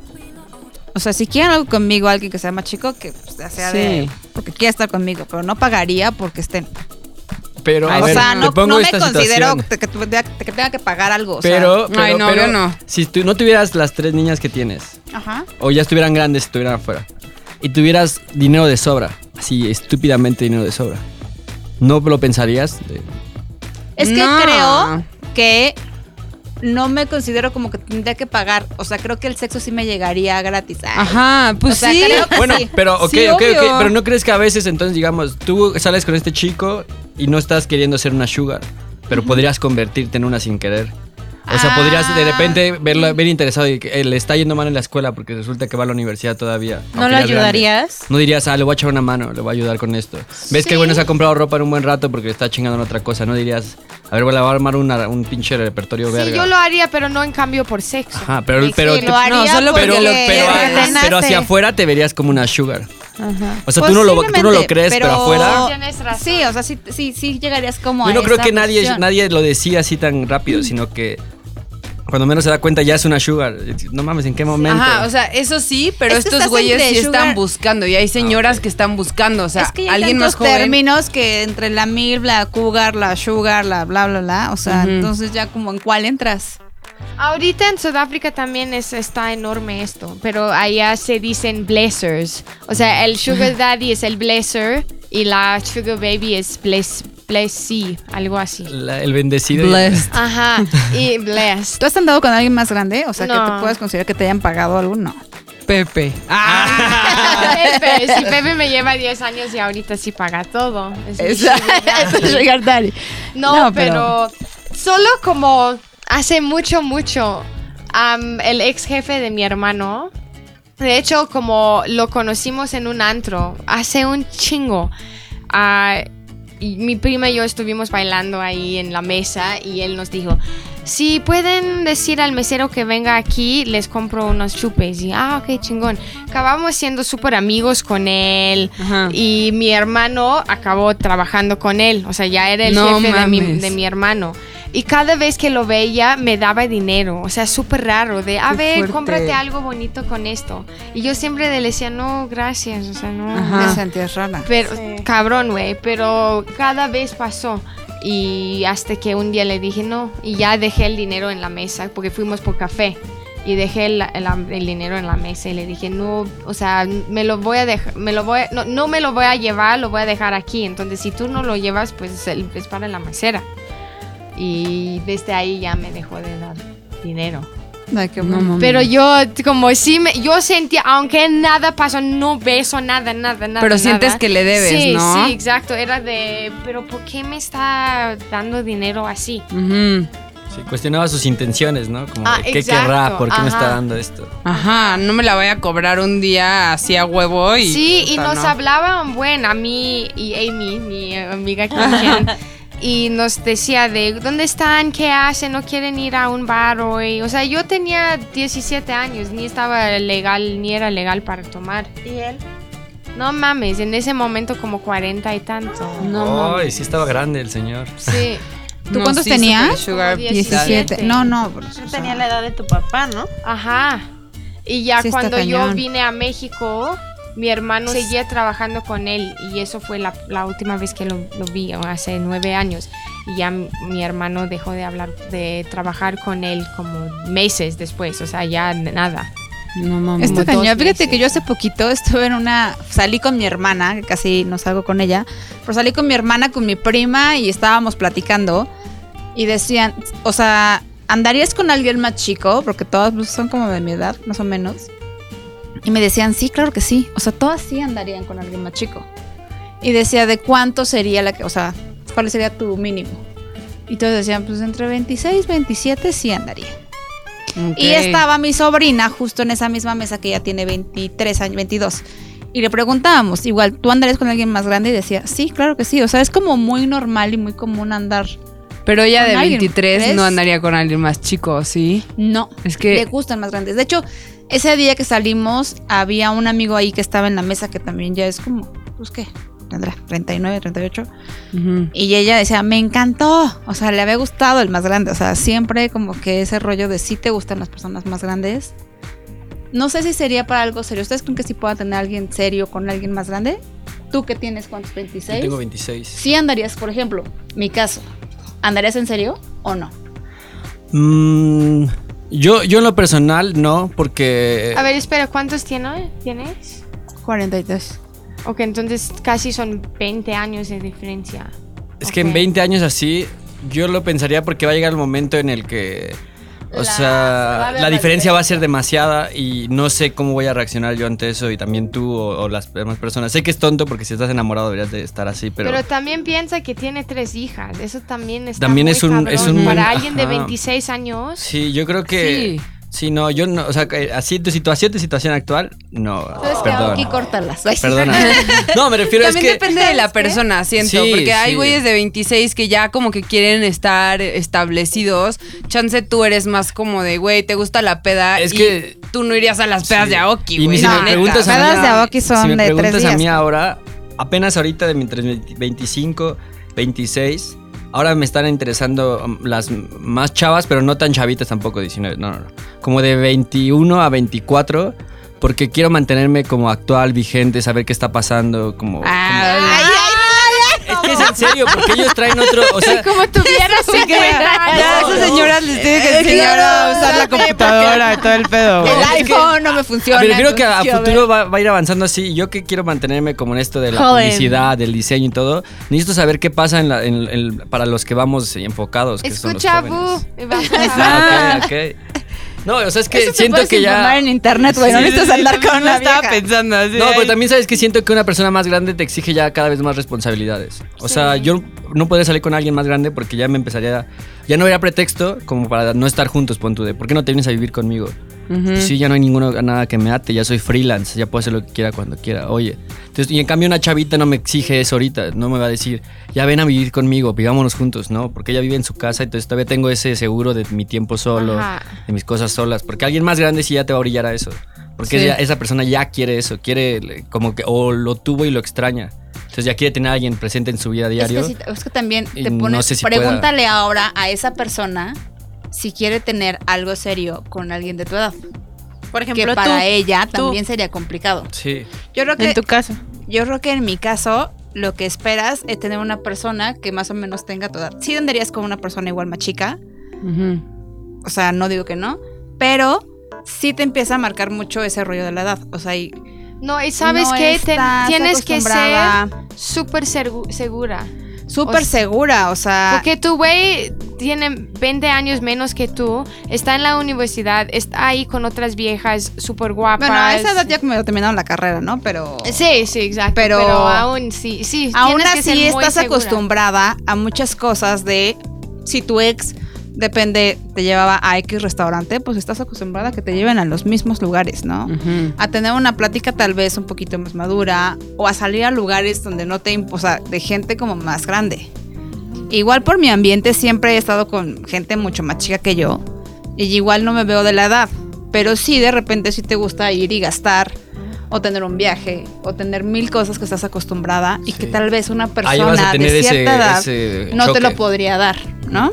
O sea, si quieren algo conmigo, alguien que sea más chico, que pues, ya sea Sí. de... Porque quiera estar conmigo, pero no pagaría porque estén... Pero, a o ver, sea, te no, pongo no me esta considero situación. que, que tu- que tenga que pagar algo. O sea, Pero, pero, Ay, no, pero, yo no. si tú no tuvieras las tres niñas que tienes, ajá. o ya estuvieran grandes, estuvieran afuera, y tuvieras dinero de sobra, así estúpidamente dinero de sobra, ¿no lo pensarías? De- Es que No. creo que no me considero como que tendría que pagar. O sea, creo que el sexo sí me llegaría gratis. Ay. Ajá, pues O sea, sí. creo que Bueno, sí. pero, ok, Sí, ok, ok, obvio. pero ¿no crees que a veces entonces, digamos, tú sales con este chico y no estás queriendo ser una sugar, pero podrías convertirte en una sin querer? O sea, Ah. podrías de repente verlo, ver interesado y que eh, le está yendo mal en la escuela porque resulta que va a la universidad todavía. ¿No aunque lo ya es grande. ayudarías? No dirías, ah, le voy a echar una mano, le voy a ayudar con esto. Ves que el güey no se ha comprado ropa en un buen rato porque le está chingando en otra cosa. No dirías, a ver, le voy a armar una- un pinche repertorio verga. Sí, yo lo haría, pero no en cambio por sexo. Ajá, pero, Sí, pero, lo te- haría no, solo pero, porque lo- le- pero, porque a- te nace. pero hacia afuera te verías como una sugar. Ajá. O sea, tú no, lo, tú no lo Posiblemente, crees, pero, pero- afuera... Tienes razón. Sí, o sea, sí, sí, sí llegarías como Yo a no creo esa que nadie, posición. nadie lo decía así tan rápido, sino que cuando menos se da cuenta ya es una sugar. No mames, ¿en qué momento? Ajá, o sea, eso sí, pero Es que estos estás güeyes entre sí están sugar- buscando y hay señoras Ah, ok. que están buscando, o sea, es que ya hay alguien más tantos joven. términos que entre la mil, la cougar, la sugar, la bla, bla, bla. O sea, Ujú. entonces ya como en cuál entras. Ahorita en Sudáfrica también es, está enorme esto, pero allá se dicen blazers. O sea, el sugar daddy es el blazer y la sugar baby es bless, blessee, algo así. La- el bendecido. Blessed. Ajá, y blessed. ¿Tú has andado con alguien más grande? O sea, que No. te puedas considerar que te hayan pagado algo, no. Pepe. Pepe, si Pepe me lleva diez años y ahorita sí paga todo. Es mi Eso sugar daddy. es sugar daddy. No, No, pero... solo como hace mucho, mucho, am, el ex jefe de mi hermano, de hecho, como lo conocimos en un antro, hace un chingo, ah, y mi prima y yo estuvimos bailando ahí en la mesa y él nos dijo, si pueden decir al mesero que venga aquí, les compro unos chupes. Y, ah, ok, chingón. Acabamos siendo súper amigos con él. Ajá. Y mi hermano acabó trabajando con él. O sea, ya era el No jefe de mi, mames. de mi hermano. Y cada vez que lo veía, me daba dinero. O sea, súper raro. De, a Qué ver, fuerte. cómprate algo bonito con esto. Y yo siempre le decía, no, gracias. O sea, no. Ajá. Me sentías rara. Pero, Sí. cabrón, güey. Pero cada vez pasó. Y hasta que un día le dije no. Y ya dejé el dinero en la mesa porque fuimos por café. y dejé el, el, el dinero en la mesa y le dije, no, o sea, me lo voy a dejar, me lo voy, no, no me lo voy a llevar, lo voy a dejar aquí. Entonces, si tú no lo llevas, pues es, el, es para la mesera. Y desde ahí ya me dejó de dar dinero. Ay, qué No, bueno. mames. Pero yo, como sí, me, yo sentía, aunque nada pasó, no beso, nada, nada, nada. Pero sientes nada. que le debes, sí, ¿no? Sí, exacto. Era de, pero ¿por qué me está dando dinero así? Ujú. Sí, cuestionaba sus intenciones, ¿no? Como, Ah, ¿qué exacto, querrá? ¿Por qué me ajá. está dando esto? Ajá, no me la voy a cobrar un día así a huevo y... Sí, y puta, nos no. hablaban, bueno, a mí y Amy, mi eh, amiga Cristian, y nos decía de, ¿dónde están? ¿Qué hacen? ¿No quieren ir a un bar hoy? O sea, yo tenía diecisiete años, ni estaba legal, ni era legal para tomar. ¿Y él? No mames, en ese momento como cuarenta y tanto. No, Ay, mames. sí estaba grande el señor. Sí. ¿Tú No, cuántos sí, tenías? super sugar Como diecisiete. No, no. pero, Yo o sea, tenía la edad de tu papá, ¿no? Ajá. Y ya Sí está cuando yo cañón. vine a México, mi hermano seguía trabajando con él y eso fue la, la última vez que lo, lo vi, hace nueve años. Y ya mi, mi hermano dejó de hablar, de trabajar con él como meses después, o sea, ya nada. No mames. Está Como dos cañón. Fíjate meses. que yo hace poquito estuve en una. Salí con mi hermana, que casi no salgo con ella. Pero salí con mi hermana, con mi prima y estábamos platicando. Y decían, o sea, ¿andarías con alguien más chico? Porque todas pues, son como de mi edad, más o menos. Y me decían, sí, claro que sí. O sea, todas sí andarían con alguien más chico. Y decía, ¿de cuánto sería la que, o sea, cuál sería tu mínimo? Y todos decían, pues entre veintiséis, veintisiete sí andaría. Ok. Y estaba mi sobrina justo en esa misma mesa que ella tiene veintitrés años, veintidós. Y le preguntábamos, igual, ¿tú andarías con alguien más grande? Y decía, sí, claro que sí. O sea, es como muy normal y muy común andar. Pero ella con de alguien, veintitrés ¿ves? no andaría con alguien más chico, ¿sí? No, Es le que... gustan más grandes. De hecho, ese día que salimos, había un amigo ahí que estaba en la mesa que también ya es como, pues qué, tendrá treinta y nueve, treinta y ocho. Ujú. Y ella decía, me encantó. O sea, le había gustado el más grande. O sea, siempre como que ese rollo de sí te gustan las personas más grandes. No sé si sería para algo serio. ¿Ustedes creen que sí pueda tener alguien serio con alguien más grande? ¿Tú que tienes cuántos? Yo ¿veintiséis? tengo veintiséis. Sí andarías, por ejemplo, mi caso. ¿Andarías en serio o no? Mm, yo, yo en lo personal no, porque... A ver, espera, ¿cuántos tiene, tienes? cuarenta y tres. Ok, entonces casi son veinte años de diferencia. Es que en Ok. veinte años así, yo lo pensaría porque va a llegar el momento en el que... O La- sea, va a haber la la diferencia va a diferencia. ser demasiada y no sé cómo voy a reaccionar yo ante eso y también tú o, o las demás personas. Sé que es tonto porque si estás enamorado deberías de estar así, pero... Pero, también piensa que tiene tres hijas. Eso también está También muy es un- cabrón. es un- Para alguien de ajá. veintiséis años. Sí, yo creo que... Sí. Sí, no, yo no, o sea, que así tu situación, tu situación actual, no, Entonces, que perdón. aquí córtalas. Ay, sí. Perdona. No, me refiero También es que... depende de la persona, siento. Sí, porque hay sí. güeyes de veintiséis que ya como que quieren estar establecidos. Chance tú eres más como de, güey, te gusta la peda. Es y que- tú no irías a las pedas Sí. de Aoki, Y güey. si No, la me neta. preguntas a mí, Pedas de Aoki son si me de tres preguntas a días. mí ahora, apenas ahorita de mientras veinticinco, veintiséis, ahora me están interesando um, las más chavas, pero no tan chavitas tampoco, diecinueve, no, no, no. Como de veintiuno a veinticuatro, porque quiero mantenerme como actual, vigente, saber qué está pasando, como... Ay, como- ay, Es que es en serio, porque ellos traen otro, o sea... Como tuvieras cincuenta años. Ya, esas señoras les tienen que Es que enseñar ya a no usar la sabe, computadora y todo el pedo. el güey. es que- iPhone no me funciona. Me refiero que a, a entonces, futuro va, va a ir avanzando así. Y yo que quiero mantenerme como en esto de la Joven. publicidad, del diseño y todo, necesito saber qué pasa en la- en- en- para los que vamos enfocados, que son los Escucha, jóvenes. Bu. Vamos a- Ah, ok, ok. No, o sea, es que Eso te siento puedes que informar ya... en internet, güey. No Sí, necesitas sí, sí, andar también con lo una estaba vieja. pensando así. No, ay. pero también sabes que siento que una persona más grande te exige ya cada vez más responsabilidades. O sea, yo no podría salir con alguien más grande porque ya me empezaría... Ya no habría pretexto como para no estar juntos, pon tú de, ¿por qué no te vienes a vivir conmigo? Ujú. Pues sí, ya no hay ninguno nada que me ate, ya soy freelance, ya puedo hacer lo que quiera cuando quiera. Oye, entonces, y en cambio una chavita no me exige eso ahorita, no me va a decir, ya ven a vivir conmigo, vivámonos juntos, ¿no? Porque ella vive en su casa, entonces todavía tengo ese seguro de mi tiempo solo, Ajá. de mis cosas solas, porque alguien más grande sí ya te va a brillar a eso, porque Sí. ella- esa persona ya quiere eso, quiere le- como que, o lo tuvo y lo extraña, entonces ya quiere tener a alguien presente en su vida Es diario. que, sí- es que también Y te no pones. sé si pregúntale ahora a esa persona si quiere tener algo serio con alguien de tu edad. Por Que ejemplo, para tú, ella tú. también sería complicado. Sí. Yo creo que en tu caso. Yo creo que en mi caso, lo que esperas es tener una persona que más o menos tenga tu edad. Sí andarías con una persona igual más chica, Ujú. o sea, no digo que no, pero sí te empieza a marcar mucho ese rollo de la edad. O sea, y No, y sabes no que tienes que ser acostumbrada. súper segu- segura. Súper O- segura, o sea... Porque tu güey tiene veinte años menos que tú, está en la universidad, está ahí con otras viejas súper guapas. Bueno, a esa edad ya me terminaron la carrera, ¿no? Pero... Sí, sí, exacto. Pero- Pero, aún sí, sí. Aún tienes que ser así muy estás segura. acostumbrada a muchas cosas de... Si tu ex, depende, te llevaba a X restaurante, pues estás acostumbrada a que te lleven a los mismos lugares, ¿no? Ujú. A tener una plática tal vez un poquito más madura o a salir a lugares donde no te... imp- O sea, de gente como más grande. Igual por mi ambiente siempre he estado con gente mucho más chica que yo y igual no me veo de la edad, pero sí de repente sí te gusta ir y gastar o tener un viaje o tener mil cosas que estás acostumbrada y Sí. que tal vez una Ahí vas persona a tener de ese- cierta edad ese no te lo choque. podría dar, ¿no?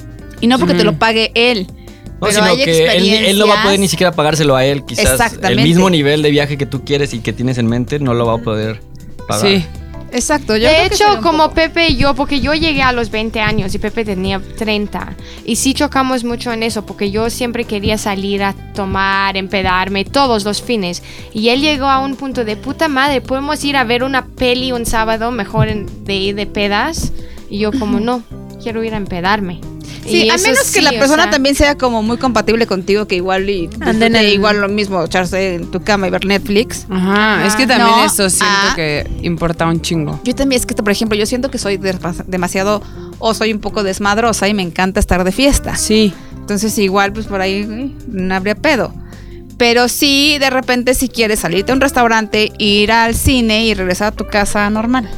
Y no porque te Ujú. lo pague él, No, pero sino hay que él, él no va a poder ni experiencias- siquiera pagárselo a él, quizás. Exactamente. El mismo nivel de viaje que tú quieres y que tienes en mente no lo va a poder pagar. Sí. Exacto, yo De creo que hecho, sería un como poco- Pepe y yo, porque yo llegué a los veinte años y Pepe tenía treinta. Y sí chocamos mucho en eso, porque yo siempre quería salir a tomar, empedarme, todos los fines. Y él llegó a un punto de puta madre, podemos ir a ver una peli un sábado mejor en- de ir de pedas. Y yo como, no, quiero ir a empedarme. Sí, Y a eso menos que sí, la o persona sea, también sea como muy compatible contigo, que igual y Anden disfrute en- igual lo mismo, echarse en tu cama y ver Netflix. Ajá, es que también No, eso siento ah. que importa un chingo. Yo también es que, por ejemplo, yo siento que soy desma- demasiado o soy un poco desmadrosa y me encanta estar de fiesta. Sí. Entonces igual pues por ahí uy, no habría pedo. Pero sí, de repente si quieres salirte a un restaurante, ir al cine y regresar a tu casa normal.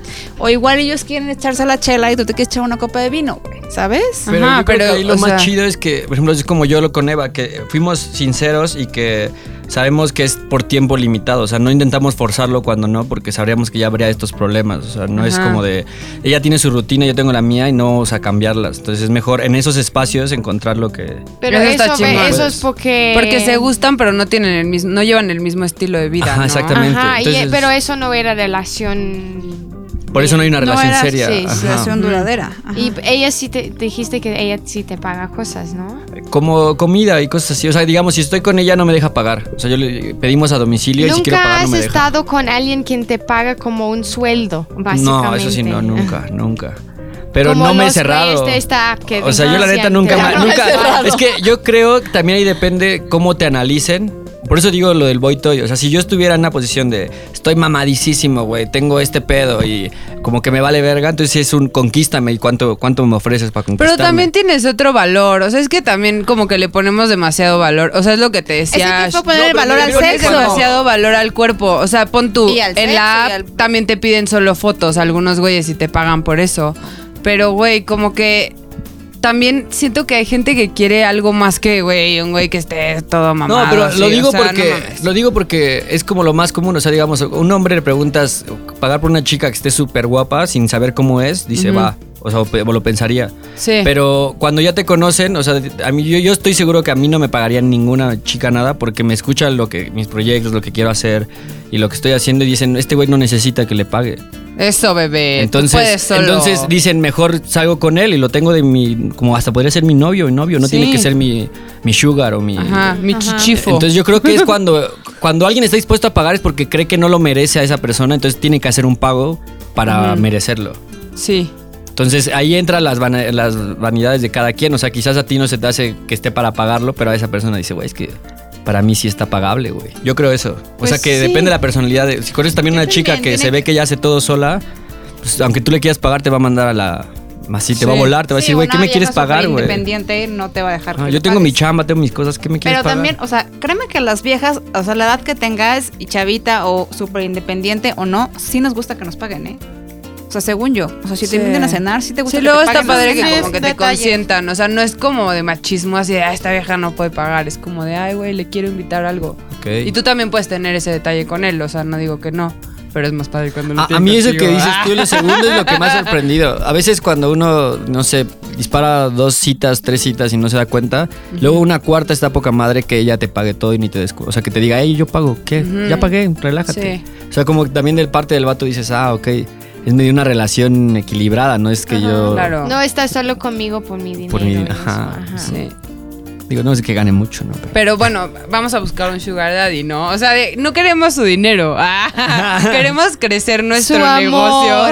O igual ellos quieren echarse la chela y tú te quieres echar una copa de vino, güey, ¿sabes? Pero Ajá, yo creo pero, que ahí lo o más sea- chido es que, por ejemplo, es como yo lo con Eva, que fuimos sinceros y que sabemos que es por tiempo limitado. O sea, no intentamos forzarlo cuando no, porque sabríamos que ya habría estos problemas. O sea, no es Ajá. como de, ella tiene su rutina, yo tengo la mía y no vamos a cambiarlas. Entonces es mejor en esos espacios encontrar lo que... Pero Eso está eso, ve- chingón. eso es porque... Porque se gustan, pero no tienen el mismo, no llevan el mismo estilo de vida. Ajá, ¿no? exactamente. Ajá, y- Entonces- pero eso no era relación... Por eso no hay una No relación era, seria. sí, Ajá. relación duradera. Ajá. Y ella sí te dijiste que ella sí te paga cosas, ¿no? Como comida y cosas así. O sea, digamos, si estoy con ella no me deja pagar. O sea, yo le pedimos a domicilio y si quiero Nunca pagar no has me deja. estado con alguien quien te paga como un sueldo, básicamente. No, eso sí, no, nunca, nunca. Pero Como no me he los cerrado. güeyes de esta app que O sea, yo la neta dicen nunca, que- ma- No, nunca. es cerrado. Es que yo creo que también ahí depende cómo te analicen. Por eso digo lo del boy toy. O sea, si yo estuviera en una posición de estoy mamadísimo, güey, tengo este pedo y como que me vale verga, entonces sí es un conquístame y cuánto, cuánto me ofreces para conquistarme. Pero también tienes otro valor. O sea, es que también como que le ponemos demasiado valor. O sea, es lo que te decía. Es que hay que poner No, el pero valor yo al creo que Es sexo. demasiado valor al cuerpo. O sea, pon tú. Y al En sexo, la y app al- también te piden solo fotos algunos güeyes y te pagan por eso. Pero, güey, como que también siento que hay gente que quiere algo más que, güey, un güey que esté todo mamado. No, pero así, lo digo o sea, porque no mames. lo digo porque es como lo más común, o sea, digamos, un hombre le preguntas pagar por una chica que esté súper guapa sin saber cómo es, dice, Ujú. va, o sea, o pe- o lo pensaría. Sí. Pero cuando ya te conocen, o sea, a mí yo, yo estoy seguro que a mí no me pagaría ninguna chica nada porque me escuchan lo que mis proyectos, lo que quiero hacer y lo que estoy haciendo y dicen, este güey no necesita que le pague. Eso, bebé. Entonces, tú puedes solo. entonces dicen, mejor salgo con él y lo tengo de mi, como hasta podría ser mi novio o novio, no Sí. tiene que ser mi, mi sugar o mi... Ajá, mi chichifo. Entonces yo creo que es cuando, cuando alguien está dispuesto a pagar es porque cree que no lo merece a esa persona, entonces tiene que hacer un pago para Ujú. merecerlo. Sí. Entonces ahí entran las, vana- las vanidades de cada quien, o sea, quizás a ti no se te hace que esté para pagarlo, pero a esa persona dice, güey, es que para mí sí está pagable, güey. Yo creo eso. O Pues sea, que sí. depende de la personalidad. De, si conoces también Yo una chica también, que tiene se ve que- que ya hace todo sola, pues aunque tú le quieras pagar, te va a mandar a la... Así te va a Sí. volar, te va a decir, güey, ¿qué me quieres pagar, güey? Independiente no te va a dejar. Ah, que yo le tengo mi pagues. chamba, tengo mis cosas, ¿qué me quieres Pero pagar? también, o sea, créeme que las viejas, o sea, la edad que tengas y chavita o súper independiente o no, sí nos gusta que nos paguen, ¿eh? O sea, según yo. O sea, si Sí. te invitan a cenar, sí te gusta Sí, que luego te está paguen. padre la que cena. como que te detalle. consientan. O sea, no es como de machismo así de, ah, esta vieja no puede pagar. Es como de, ay, güey, le quiero invitar algo. Ok. Y tú también puedes tener ese detalle con él. O sea, no digo que no. Pero es más padre cuando lo A, a tiene mí eso contigo. que dices Ah. tú, lo segundo es lo que me ha sorprendido. A veces cuando uno, no sé, dispara dos citas, tres citas y no se da cuenta, luego una cuarta está poca madre que ella te pague todo y ni te descu... O sea, que te diga, hey, yo pago, ¿qué? Ujú. Ya pagué, relájate. Sí. O sea, como que también del parte del vato dices, ah, ok, es medio una relación equilibrada, no es que yo... Claro. No estás solo conmigo por mi dinero. Por mi- y eso, ajá, Sí. Digo, no es que gane mucho, ¿no? Pero, Pero bueno, vamos a buscar un sugar daddy, ¿no? O sea, de- no queremos su dinero. Ah, queremos crecer nuestro Su amor. negocio.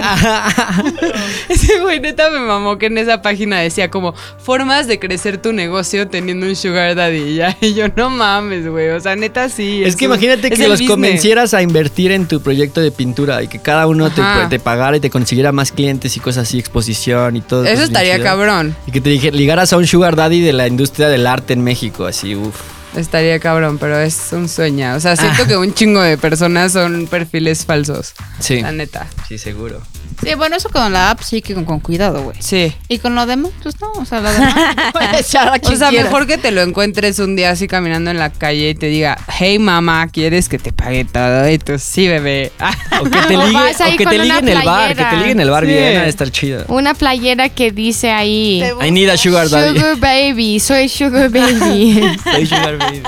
Ese güey neta me mamó que en esa página decía como formas de crecer tu negocio teniendo un sugar daddy. Y ya, y yo, no mames, güey. O sea, neta sí. es que un- imagínate es que el los business. convencieras a invertir en tu proyecto de pintura y que cada uno te, Ajá. te pagara y te consiguiera más clientes y cosas así, exposición y todo. Eso cosas bien estaría chidas. cabrón. Y que te dije, ligaras a un sugar daddy de la industria del arte en México, así, uff. Estaría cabrón, pero es un sueño. O sea, siento Ah. que un chingo de personas son perfiles falsos. Sí, La neta. sí, seguro. Sí, bueno, eso con la app sí que con, con cuidado, güey. Sí. Y con lo demás, pues no, o sea, lo demás puedes echar a O quien sea, quieras. mejor que te lo encuentres un día así caminando en la calle y te diga, hey mamá, ¿quieres que te pague todo? Y tú, sí, bebé. O que te O ligue, vas ahí o que con te ligue una en el bar, que playera. te ligue en el bar Sí. bien, ha de estar chido. Una playera que dice ahí... I need a sugar daddy. Sugar baby, soy sugar baby. Soy sugar baby.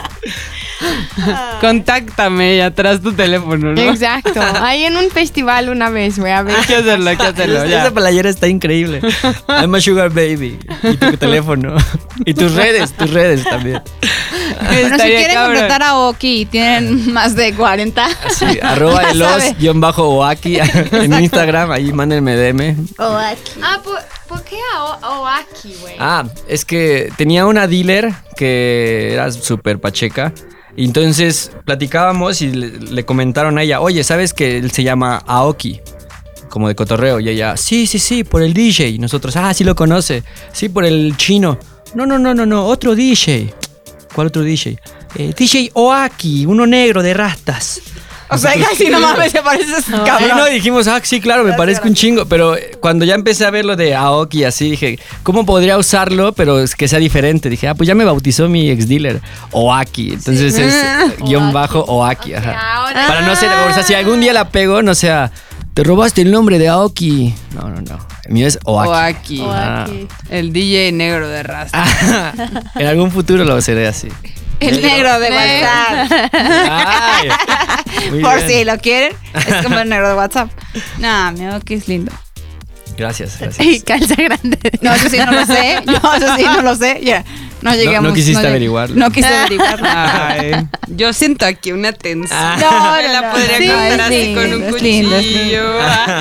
Contáctame y atrás tu teléfono, ¿no? Exacto. Ahí en un festival una vez, güey, a ver. Hay que hacerlo, hay que hacerlo. ya. Esa playera está increíble. I'm a sugar baby. Y tu teléfono. Y tus redes, tus redes también. Bueno, si Estaría quieren cabrón. contratar a Oki y tienen más de cuarenta. Así, arroba Ya elos sabe. guión bajo oaki en Instagram, ahí mándenme D M. Ah, ¿por, ¿por qué a O- Oaki, güey? Ah, es que tenía una dealer que era súper pacheca. Y entonces platicábamos y le, le comentaron a ella, oye, ¿sabes que él se llama Aoki? Como de cotorreo. Y ella, sí, sí, sí, por el D J. Y nosotros, ah, sí lo conoce. Sí, por el chino. No, no, no, no, no, otro D J. ¿Cuál otro D J? Eh, D J Oaki, uno negro de rastas. O sea, casi no mames, se parece a ese Sí, cabrón. no, dijimos, ah, sí, claro, me parezco un chingo. Pero eh, cuando ya empecé a ver lo de Aoki, así dije, ¿cómo podría usarlo? Pero es que sea diferente. Dije, ah, pues ya me bautizó mi ex dealer, Oaki. Entonces es eh, guión bajo Oaki. Ok, Ajá. ahora- Para no ser, o sea, si algún día la pego, no sea, te robaste el nombre de Aoki. No, no, no. El mío es Oaki. O aquí. Ah. El D J negro de rasta. En algún futuro lo seré así. El negro de WhatsApp. Ay, muy Por bien. si lo quieren, es como el negro de WhatsApp. No, mi Oki es lindo. Gracias, Y gracias. calza grande. No, eso sí no lo sé. Yo eso sí no lo sé. Ya, no llegamos. no quisiste lleg- averiguarlo. No quise averiguarlo. Ay, yo siento aquí una tensión. Ah. No, Me no, la no. podría Sí, comprar es así lindo, con un es cuchillo. lindo, es lindo.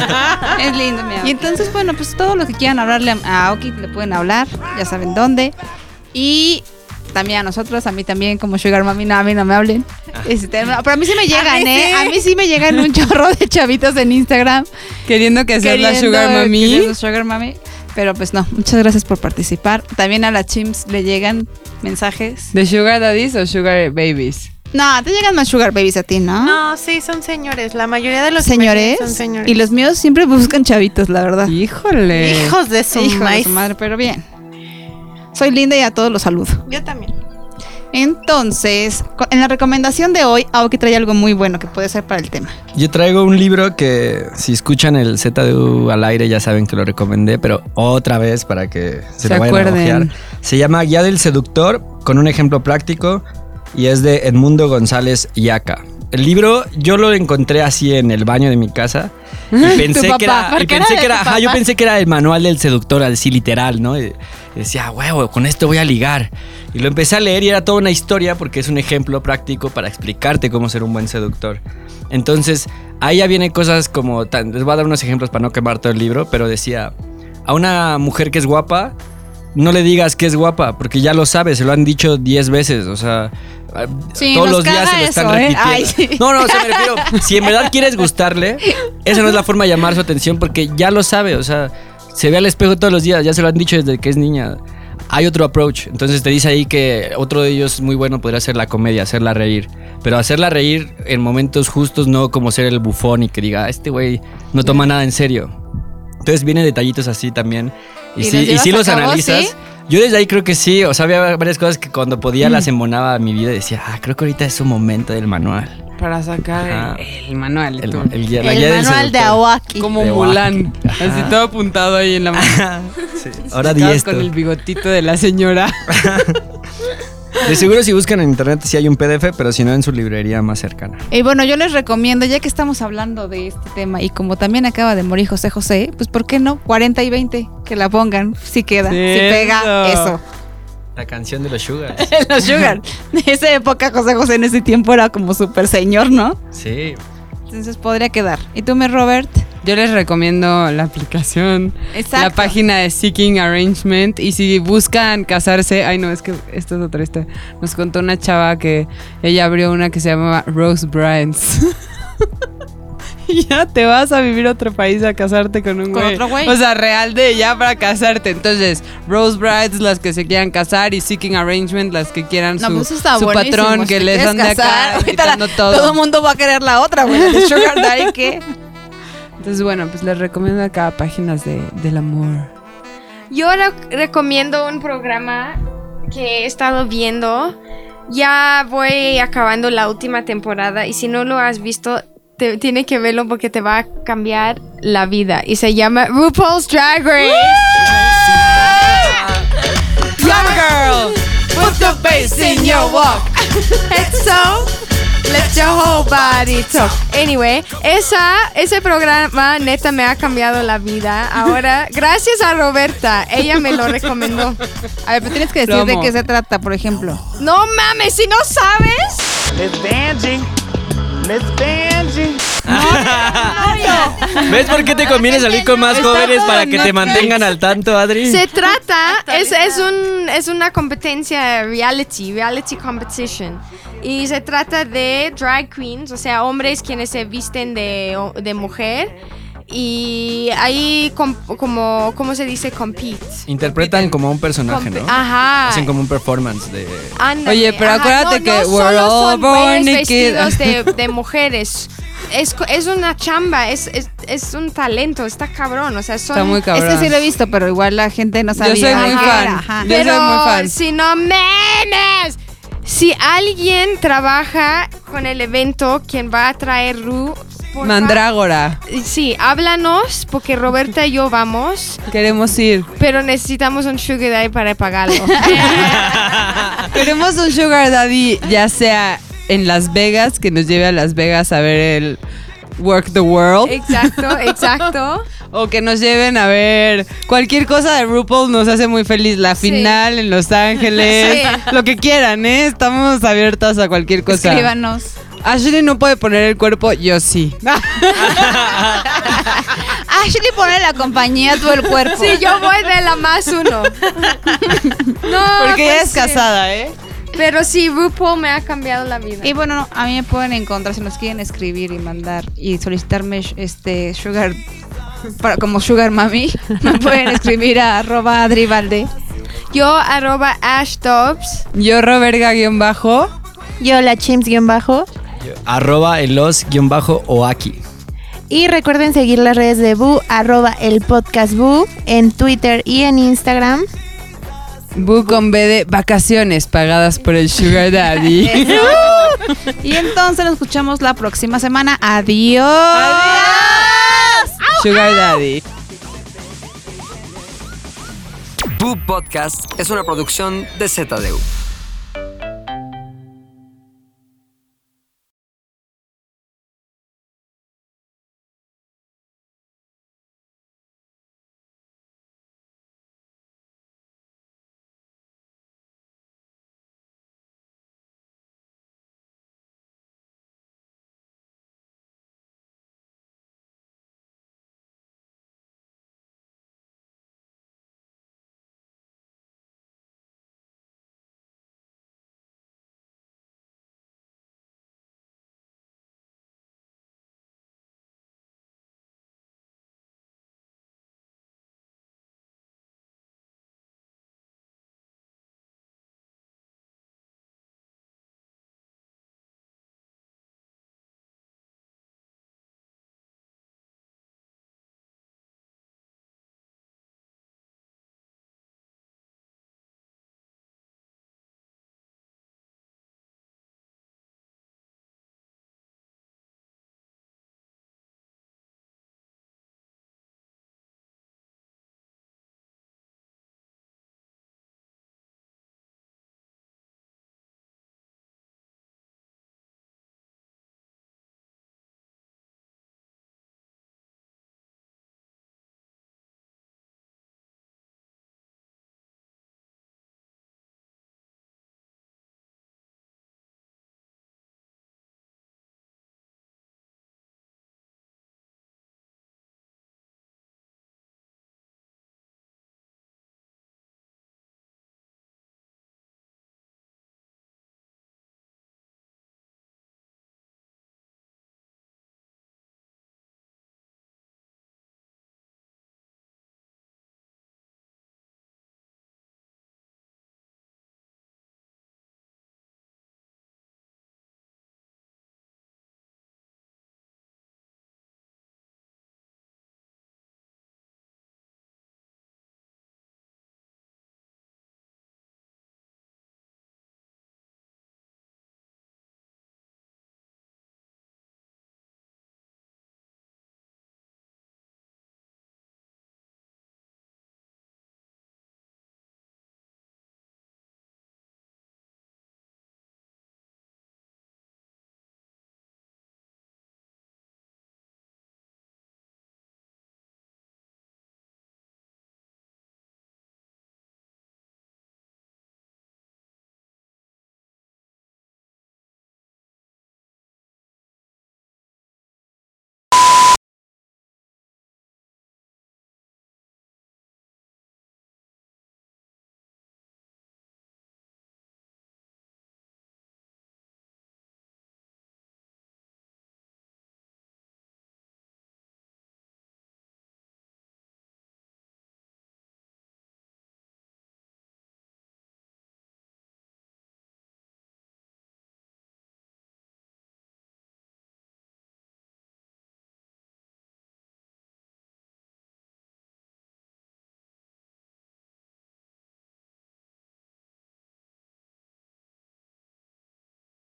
Es lindo, mi amor. Y entonces, bueno, pues todo lo que quieran hablarle a Aoki le pueden hablar, ya saben dónde. Y también a nosotros, a mí también, como Sugar Mami, no, a mí no me hablen. Este, no, pero a mí sí me llegan, mí ¿eh? sí. A mí sí me llegan un chorro de chavitos en Instagram. Queriendo que seas la queriendo Sugar que Mami. seas la Sugar Mami. Pero pues no, muchas gracias por participar. También a las chimps le llegan mensajes. ¿De Sugar Daddies o Sugar Babies? No, te llegan más Sugar Babies a ti, ¿no? No, sí, son señores. La mayoría de los que me Señores. llegan son señores. Y los míos siempre buscan chavitos, la verdad. Híjole. Hijos de su, Hijo de maíz. su madre, pero bien. Soy linda y a todos los saludo. Yo también. Entonces, co- en la recomendación de hoy, Aoki trae algo muy bueno que puede ser para el tema. Yo traigo un libro que si escuchan el Z D U al aire ya saben que lo recomendé, pero otra vez para que se, Se lo vayan acuerden. a ojear. Se llama Guía del Seductor con un ejemplo práctico y es de Edmundo González Yaca. El libro yo lo encontré así en el baño de mi casa y pensé papá, que era, ¿por y qué pensé era que de era, tu ajá, yo papá? pensé que era el manual del seductor así literal, ¿no? Y decía, huevo, con esto voy a ligar. Y lo empecé a leer y era toda una historia porque es un ejemplo práctico para explicarte cómo ser un buen seductor. Entonces, ahí ya vienen cosas como, tan- les voy a dar unos ejemplos para no quemar todo el libro, pero decía, a una mujer que es guapa, no le digas que es guapa, porque ya lo sabe, se lo han dicho diez veces, o sea, Sí, todos nos los días caga se lo están eso, ¿eh? repitiendo. Ay, sí. No, no, o sea, me refiero, si en verdad quieres gustarle, esa no es la forma de llamar su atención, porque ya lo sabe, o sea, se ve al espejo todos los días, ya se lo han dicho desde que es niña. Hay otro approach, entonces te dice ahí que otro de ellos muy bueno podría ser la comedia, hacerla reír, pero hacerla reír en momentos justos, no como ser el bufón y que diga, "Ah, este güey no toma nada en serio". Entonces vienen detallitos así también. Y, ¿Y sí, los y llevas sí a los cabo, analizas. sí? Yo desde ahí creo que sí, o sea, había varias cosas que cuando podía las embonaba a mi vida y decía, ah, creo que ahorita es un momento del manual. Para sacar Ajá. el, el manual. El, tú. el guía- la El guía del manual de seductor. Aoki. Como de Mulan. Oaxaca. Así Ajá. todo apuntado ahí en la mano. Sí, ahora di Acabas esto. con el bigotito de la señora. De seguro si buscan en internet sí hay un P D F, pero si no en su librería más cercana. Y bueno, yo les recomiendo, ya que estamos hablando de este tema y como también acaba de morir José José, pues ¿por qué no? cuarenta y veinte, que la pongan, si queda, si Sí, pega, eso. eso. La canción de los Sugars. Los Sugar. De esa época, José José en ese tiempo era como súper señor, ¿no? Sí. Entonces podría quedar. ¿Y tú, mi Robert? Yo les recomiendo la aplicación, Exacto. la página de Seeking Arrangement. Y si buscan casarse, ay no, es que esto es otra historia. Nos contó una chava que ella abrió una que se llamaba Rose Brides. Y ya te vas a vivir a otro país a casarte con un Con güey. otro güey. O sea, real de ya para casarte. Entonces, Rose Brides, las que se quieran casar, y Seeking Arrangement, las que quieran No, su, pues está su buenísimo. patrón Si que te les quieres ande casar, acá ahorita la- invitando todo. Todo el mundo va a querer la otra, güey. De Sugar Daddy, ¿qué? Entonces, bueno, pues les recomiendo acá páginas de, del amor. Yo re- recomiendo un programa que he estado viendo. Ya voy acabando la última temporada y si no lo has visto, te, tiene que verlo porque te va a cambiar la vida. Y se llama RuPaul's Drag Race. Young girl, put the bass in your walk. It's so, let your whole body talk. Anyway, esa, ese programa neta me ha cambiado la vida. Ahora, gracias a Roberta, ella me lo recomendó. A ver, pero tienes que decir Lo de amo. qué se trata, por ejemplo. No mames, si no sabes. Miss Vanjie. Miss Vanjie. ¿Ves por qué te conviene salir con más Está jóvenes todo para que te Netflix. mantengan al tanto, Adri? Se trata, es, es, un, es una competencia reality, reality competition. Y se trata de drag queens, o sea, hombres quienes se visten de, de mujer. Y ahí, com- como, ¿cómo se dice? Compete. Interpretan como un personaje, Compe- ¿no? Ajá. Hacen como un performance de... Ándale, Oye, pero ajá, acuérdate no, que no we're solo all son born güeyes naked. vestidos de, de mujeres. Es, co- es una chamba, es, es, es un talento, está cabrón, o sea, son... Está muy cabrón. Este sí lo he visto, pero igual la gente no sabía. soy muy qué fan. era, ajá. Yo Pero soy muy fan. si no memes, si alguien trabaja con el evento, quien va a traer Ru, porfa, Mandrágora. sí, háblanos, porque Roberta y yo vamos, Queremos ir. pero necesitamos un sugar daddy para pagarlo. Queremos un sugar daddy, ya sea en Las Vegas, que nos lleve a Las Vegas a ver el Work the World. Exacto, exacto. O que nos lleven a ver cualquier cosa de RuPaul, nos hace muy feliz. La Sí. final en Los Ángeles, Sí. lo que quieran, ¿eh? Estamos abiertas a cualquier cosa. Escríbanos. Ashley no puede poner el cuerpo, yo sí. Ashley pone la compañía, tú el cuerpo. Sí, yo voy de la más uno. No, Porque ella pues es sí. casada, ¿eh? Pero sí, RuPaul me ha cambiado la vida. Y bueno, a mí me pueden encontrar si nos quieren escribir y mandar y solicitarme este sugar para, como sugar mami. Me pueden escribir a arroba adribalde. Yo, arroba Ash Dobbs. Yo, Roberga, guión bajo. Yo, la Chimps guión bajo. Arroba elos guión bajo oaki. Y recuerden seguir las redes de Boo, arroba el podcast Boo, en Twitter y en Instagram. Bu con B de vacaciones pagadas por el Sugar Daddy. Y entonces nos escuchamos la próxima semana. Adiós. Sugar Daddy. Boo Podcast es una producción de Z D U.